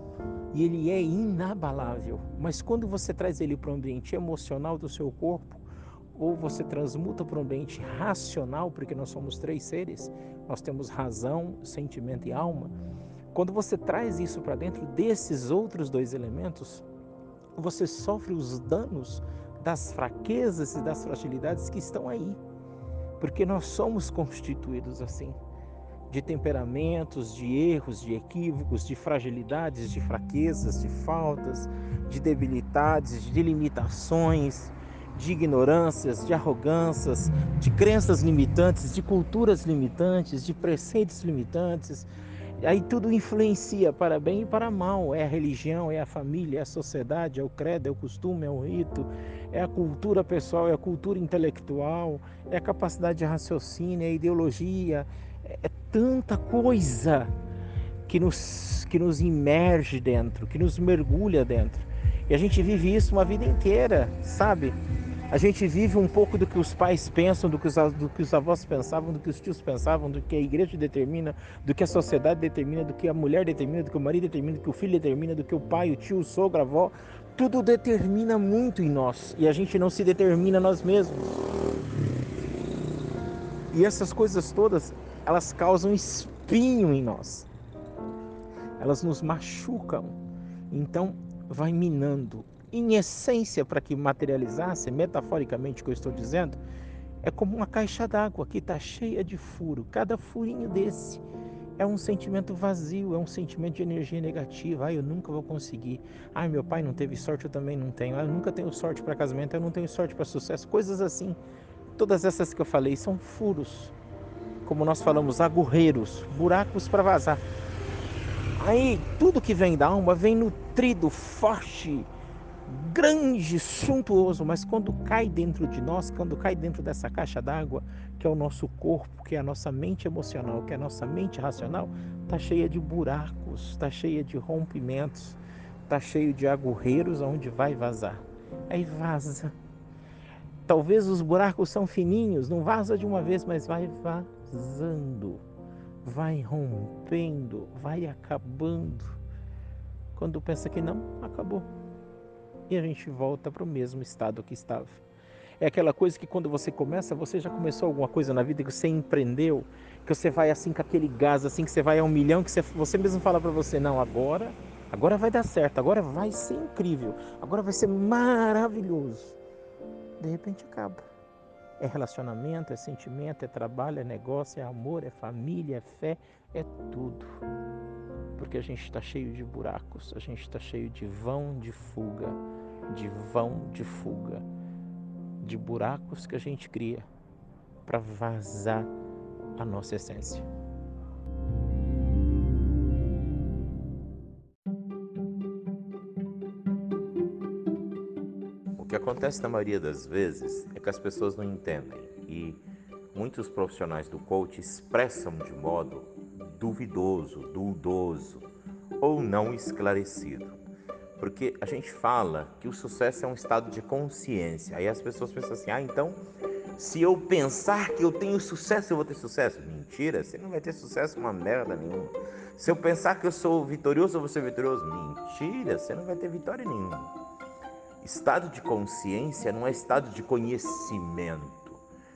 e ele é inabalável. Mas quando você traz ele para o ambiente emocional do seu corpo, ou você transmuta para um ambiente racional, porque nós somos 3 seres, nós temos razão, sentimento e alma. Quando você traz isso para dentro desses outros 2 elementos, você sofre os danos das fraquezas e das fragilidades que estão aí. Porque nós somos constituídos assim, de temperamentos, de erros, de equívocos, de fragilidades, de fraquezas, de faltas, de debilidades, de limitações, de ignorâncias, de arrogâncias, de crenças limitantes, de culturas limitantes, de preceitos limitantes. Aí tudo influencia para bem e para mal. É a religião, é a família, é a sociedade, é o credo, é o costume, é o rito, é a cultura pessoal, é a cultura intelectual, é a capacidade de raciocínio, é a ideologia. É tanta coisa que nos imerge dentro, que nos mergulha dentro. E a gente vive isso uma vida inteira, sabe? A gente vive um pouco do que os pais pensam, do que os avós pensavam, do que os tios pensavam, do que a igreja determina, do que a sociedade determina, do que a mulher determina, do que o marido determina, do que o filho determina, do que o pai, o tio, o sogro, a avó. Tudo determina muito em nós e a gente não se determina nós mesmos. E essas coisas todas, elas causam espinho em nós. Elas nos machucam. Então, vai minando. Em essência, para que materializasse, metaforicamente o que eu estou dizendo, é como uma caixa d'água que está cheia de furo. Cada furinho desse é um sentimento vazio, é um sentimento de energia negativa. Eu nunca vou conseguir. Meu pai não teve sorte, eu também não tenho. Eu nunca tenho sorte para casamento, eu não tenho sorte para sucesso. Coisas assim. Todas essas que eu falei são furos. Como nós falamos, agorreiros, buracos para vazar. Aí tudo que vem da alma vem nutrido, forte, grande, suntuoso, mas quando cai dentro de nós, quando cai dentro dessa caixa d'água, que é o nosso corpo, que é a nossa mente emocional, que é a nossa mente racional, está cheia de buracos, está cheia de rompimentos, está cheio de agorreiros onde vai vazar. Aí vaza. Talvez os buracos são fininhos, não vaza de uma vez, mas vai vazando, vai rompendo, vai acabando. Quando pensa que não, acabou. E a gente volta para o mesmo estado que estava. É aquela coisa que quando você começa, você já começou alguma coisa na vida que você empreendeu, que você vai assim com aquele gás, assim que você vai a 1 milhão, que você mesmo fala para você, não, agora vai dar certo, agora vai ser incrível, agora vai ser maravilhoso. De repente acaba. É relacionamento, é sentimento, é trabalho, é negócio, é amor, é família, é fé, é tudo. Porque a gente está cheio de buracos, a gente está cheio de vão de fuga, de buracos que a gente cria para vazar a nossa essência. O que acontece na maioria das vezes é que as pessoas não entendem e muitos profissionais do coach expressam de modo duvidoso ou não esclarecido. Porque a gente fala que o sucesso é um estado de consciência. Aí as pessoas pensam assim, então se eu pensar que eu tenho sucesso, eu vou ter sucesso. Mentira, você não vai ter sucesso uma merda nenhuma. Se eu pensar que eu sou vitorioso, eu vou ser vitorioso. Mentira, você não vai ter vitória nenhuma. Estado de consciência não é estado de conhecimento.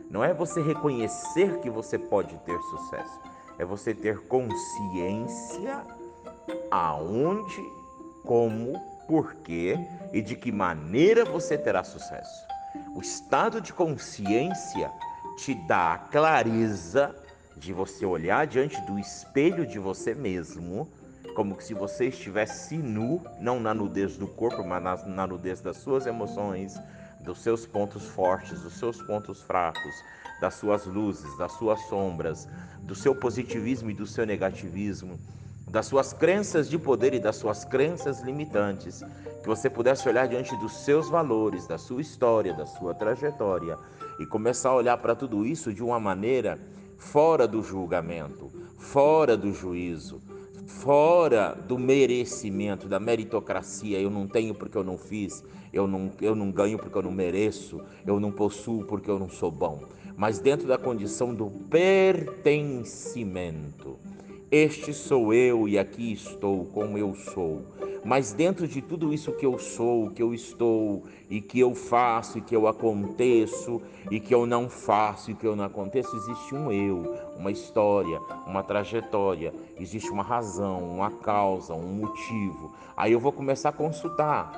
Não é você reconhecer que você pode ter sucesso. É você ter consciência aonde, como, porquê e de que maneira você terá sucesso. O estado de consciência te dá a clareza de você olhar diante do espelho de você mesmo, como se você estivesse nu, não na nudez do corpo, mas na nudez das suas emoções, dos seus pontos fortes, dos seus pontos fracos, das suas luzes, das suas sombras, do seu positivismo e do seu negativismo, das suas crenças de poder e das suas crenças limitantes, que você pudesse olhar diante dos seus valores, da sua história, da sua trajetória e começar a olhar para tudo isso de uma maneira fora do julgamento, fora do juízo, fora do merecimento, da meritocracia. Eu não tenho porque eu não fiz, eu não ganho porque eu não mereço, eu não possuo porque eu não sou bom, mas dentro da condição do pertencimento. Este sou eu e aqui estou como eu sou. Mas dentro de tudo isso que eu sou, que eu estou, e que eu faço, e que eu aconteço, e que eu não faço, e que eu não aconteço, existe um eu, uma história, uma trajetória, existe uma razão, uma causa, um motivo. Aí eu vou começar a consultar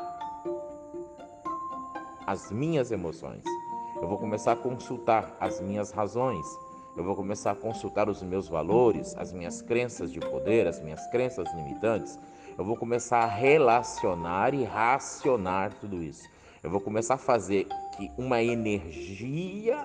as minhas emoções, eu vou começar a consultar as minhas razões, eu vou começar a consultar os meus valores, as minhas crenças de poder, as minhas crenças limitantes. Eu vou começar a relacionar e racionar tudo isso. Eu vou começar a fazer que uma energia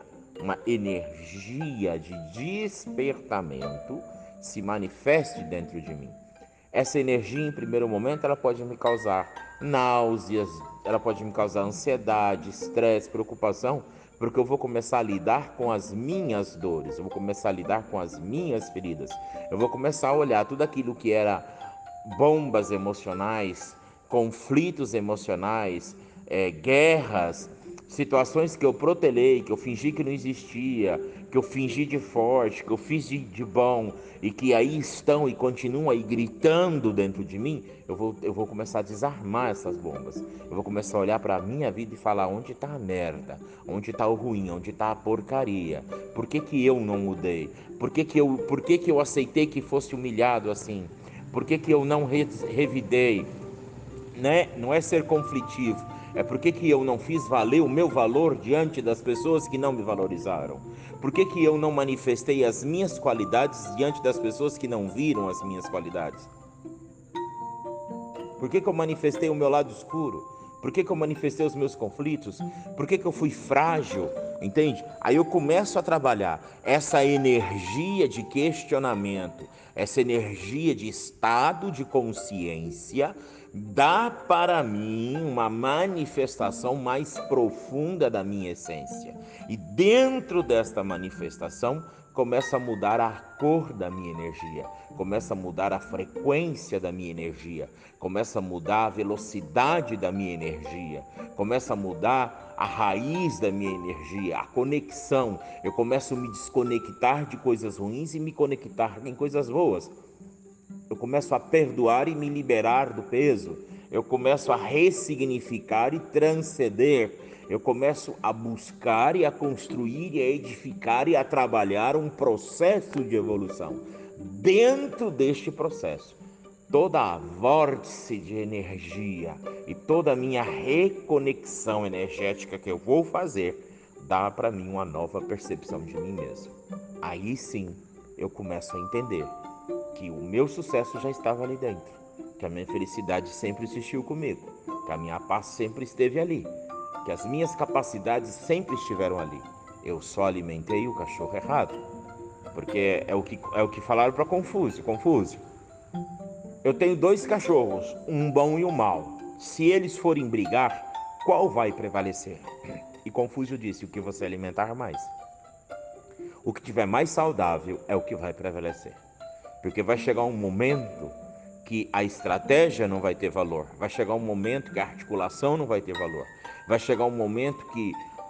de despertamento se manifeste dentro de mim. Essa energia, em primeiro momento, ela pode me causar náuseas, ela pode me causar ansiedade, estresse, preocupação, porque eu vou começar a lidar com as minhas dores, eu vou começar a lidar com as minhas feridas, eu vou começar a olhar tudo aquilo que era bombas emocionais, conflitos emocionais, guerras, situações que eu protelei, que eu fingi que não existia, que eu fingi de forte, que eu fiz de bom e que aí estão e continuam aí gritando dentro de mim. Eu vou começar a desarmar essas bombas. Eu vou começar a olhar para a minha vida e falar: onde está a merda? Onde está o ruim? Onde está a porcaria? Por que que eu não mudei? Por que que eu aceitei que fosse humilhado assim? Por que que eu não revidei? Né? Não é ser conflitivo, é porque que eu não fiz valer o meu valor diante das pessoas que não me valorizaram? Por que que eu não manifestei as minhas qualidades diante das pessoas que não viram as minhas qualidades? Por que que eu manifestei o meu lado escuro? Por que que eu manifestei os meus conflitos? Por que que eu fui frágil? Entende? Aí eu começo a trabalhar essa energia de questionamento, essa energia de estado de consciência, dá para mim uma manifestação mais profunda da minha essência. E dentro desta manifestação, começa a mudar a cor da minha energia, começa a mudar a frequência da minha energia, começa a mudar a velocidade da minha energia, começa a mudar a raiz da minha energia, a conexão. Eu começo a me desconectar de coisas ruins e me conectar em coisas boas. Eu começo a perdoar e me liberar do peso. Eu começo a ressignificar e transcender. Eu começo a buscar e a construir e a edificar e a trabalhar um processo de evolução. Dentro deste processo, toda a vórtice de energia e toda a minha reconexão energética que eu vou fazer, dá para mim uma nova percepção de mim mesmo. Aí sim, eu começo a entender que o meu sucesso já estava ali dentro, que a minha felicidade sempre existiu comigo, que a minha paz sempre esteve ali, que as minhas capacidades sempre estiveram ali. Eu só alimentei o cachorro errado, porque é o que falaram para Confúcio. Confúcio, eu tenho 2 cachorros, um bom e um mau. Se eles forem brigar, qual vai prevalecer? E Confúcio disse: o que você alimentar mais. O que tiver mais saudável é o que vai prevalecer. Porque vai chegar um momento que a estratégia não vai ter valor. Vai chegar um momento que a articulação não vai ter valor. Vai chegar um momento que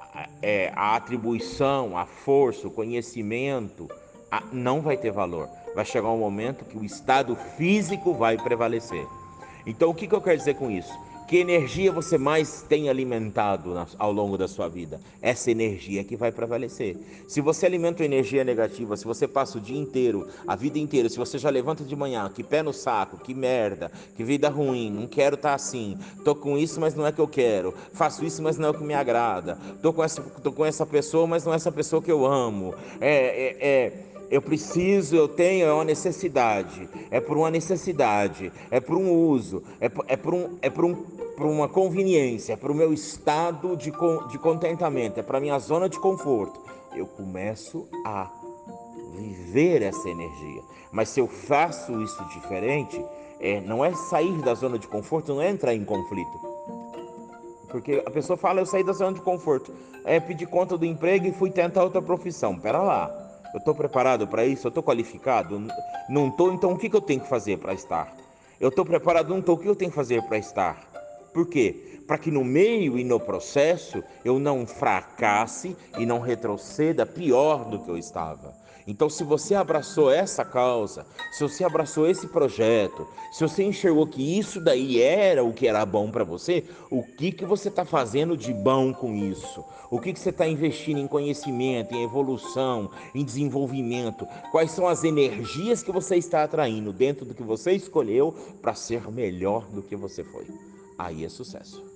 a atribuição, a força, o conhecimento não vai ter valor. Vai chegar um momento que o estado físico vai prevalecer. Então, o que eu quero dizer com isso? Que energia você mais tem alimentado ao longo da sua vida? Essa energia que vai prevalecer. Se você alimenta uma energia negativa, se você passa o dia inteiro, a vida inteira, se você já levanta de manhã, que pé no saco, que merda, que vida ruim, não quero estar assim, tô com isso, mas não é que eu quero, faço isso, mas não é o que me agrada, tô com essa pessoa, mas não é essa pessoa que eu amo, eu preciso, eu tenho, é uma necessidade, é por uma necessidade, é por um uso, por uma conveniência, é para o meu estado de contentamento, é para a minha zona de conforto. Eu começo a viver essa energia. Mas se eu faço isso diferente, não é sair da zona de conforto, não é entrar em conflito. Porque a pessoa fala, eu saí da zona de conforto, pedi conta do emprego e fui tentar outra profissão. Pera lá. Eu estou preparado para isso? Eu estou qualificado? Não estou, então o que eu tenho que fazer para estar? Eu estou preparado? Não estou, o que eu tenho que fazer para estar? Por quê? Para que no meio e no processo eu não fracasse e não retroceda pior do que eu estava. Então, se você abraçou essa causa, se você abraçou esse projeto, se você enxergou que isso daí era o que era bom para você, o que você está fazendo de bom com isso? O que você está investindo em conhecimento, em evolução, em desenvolvimento? Quais são as energias que você está atraindo dentro do que você escolheu para ser melhor do que você foi? Aí é sucesso.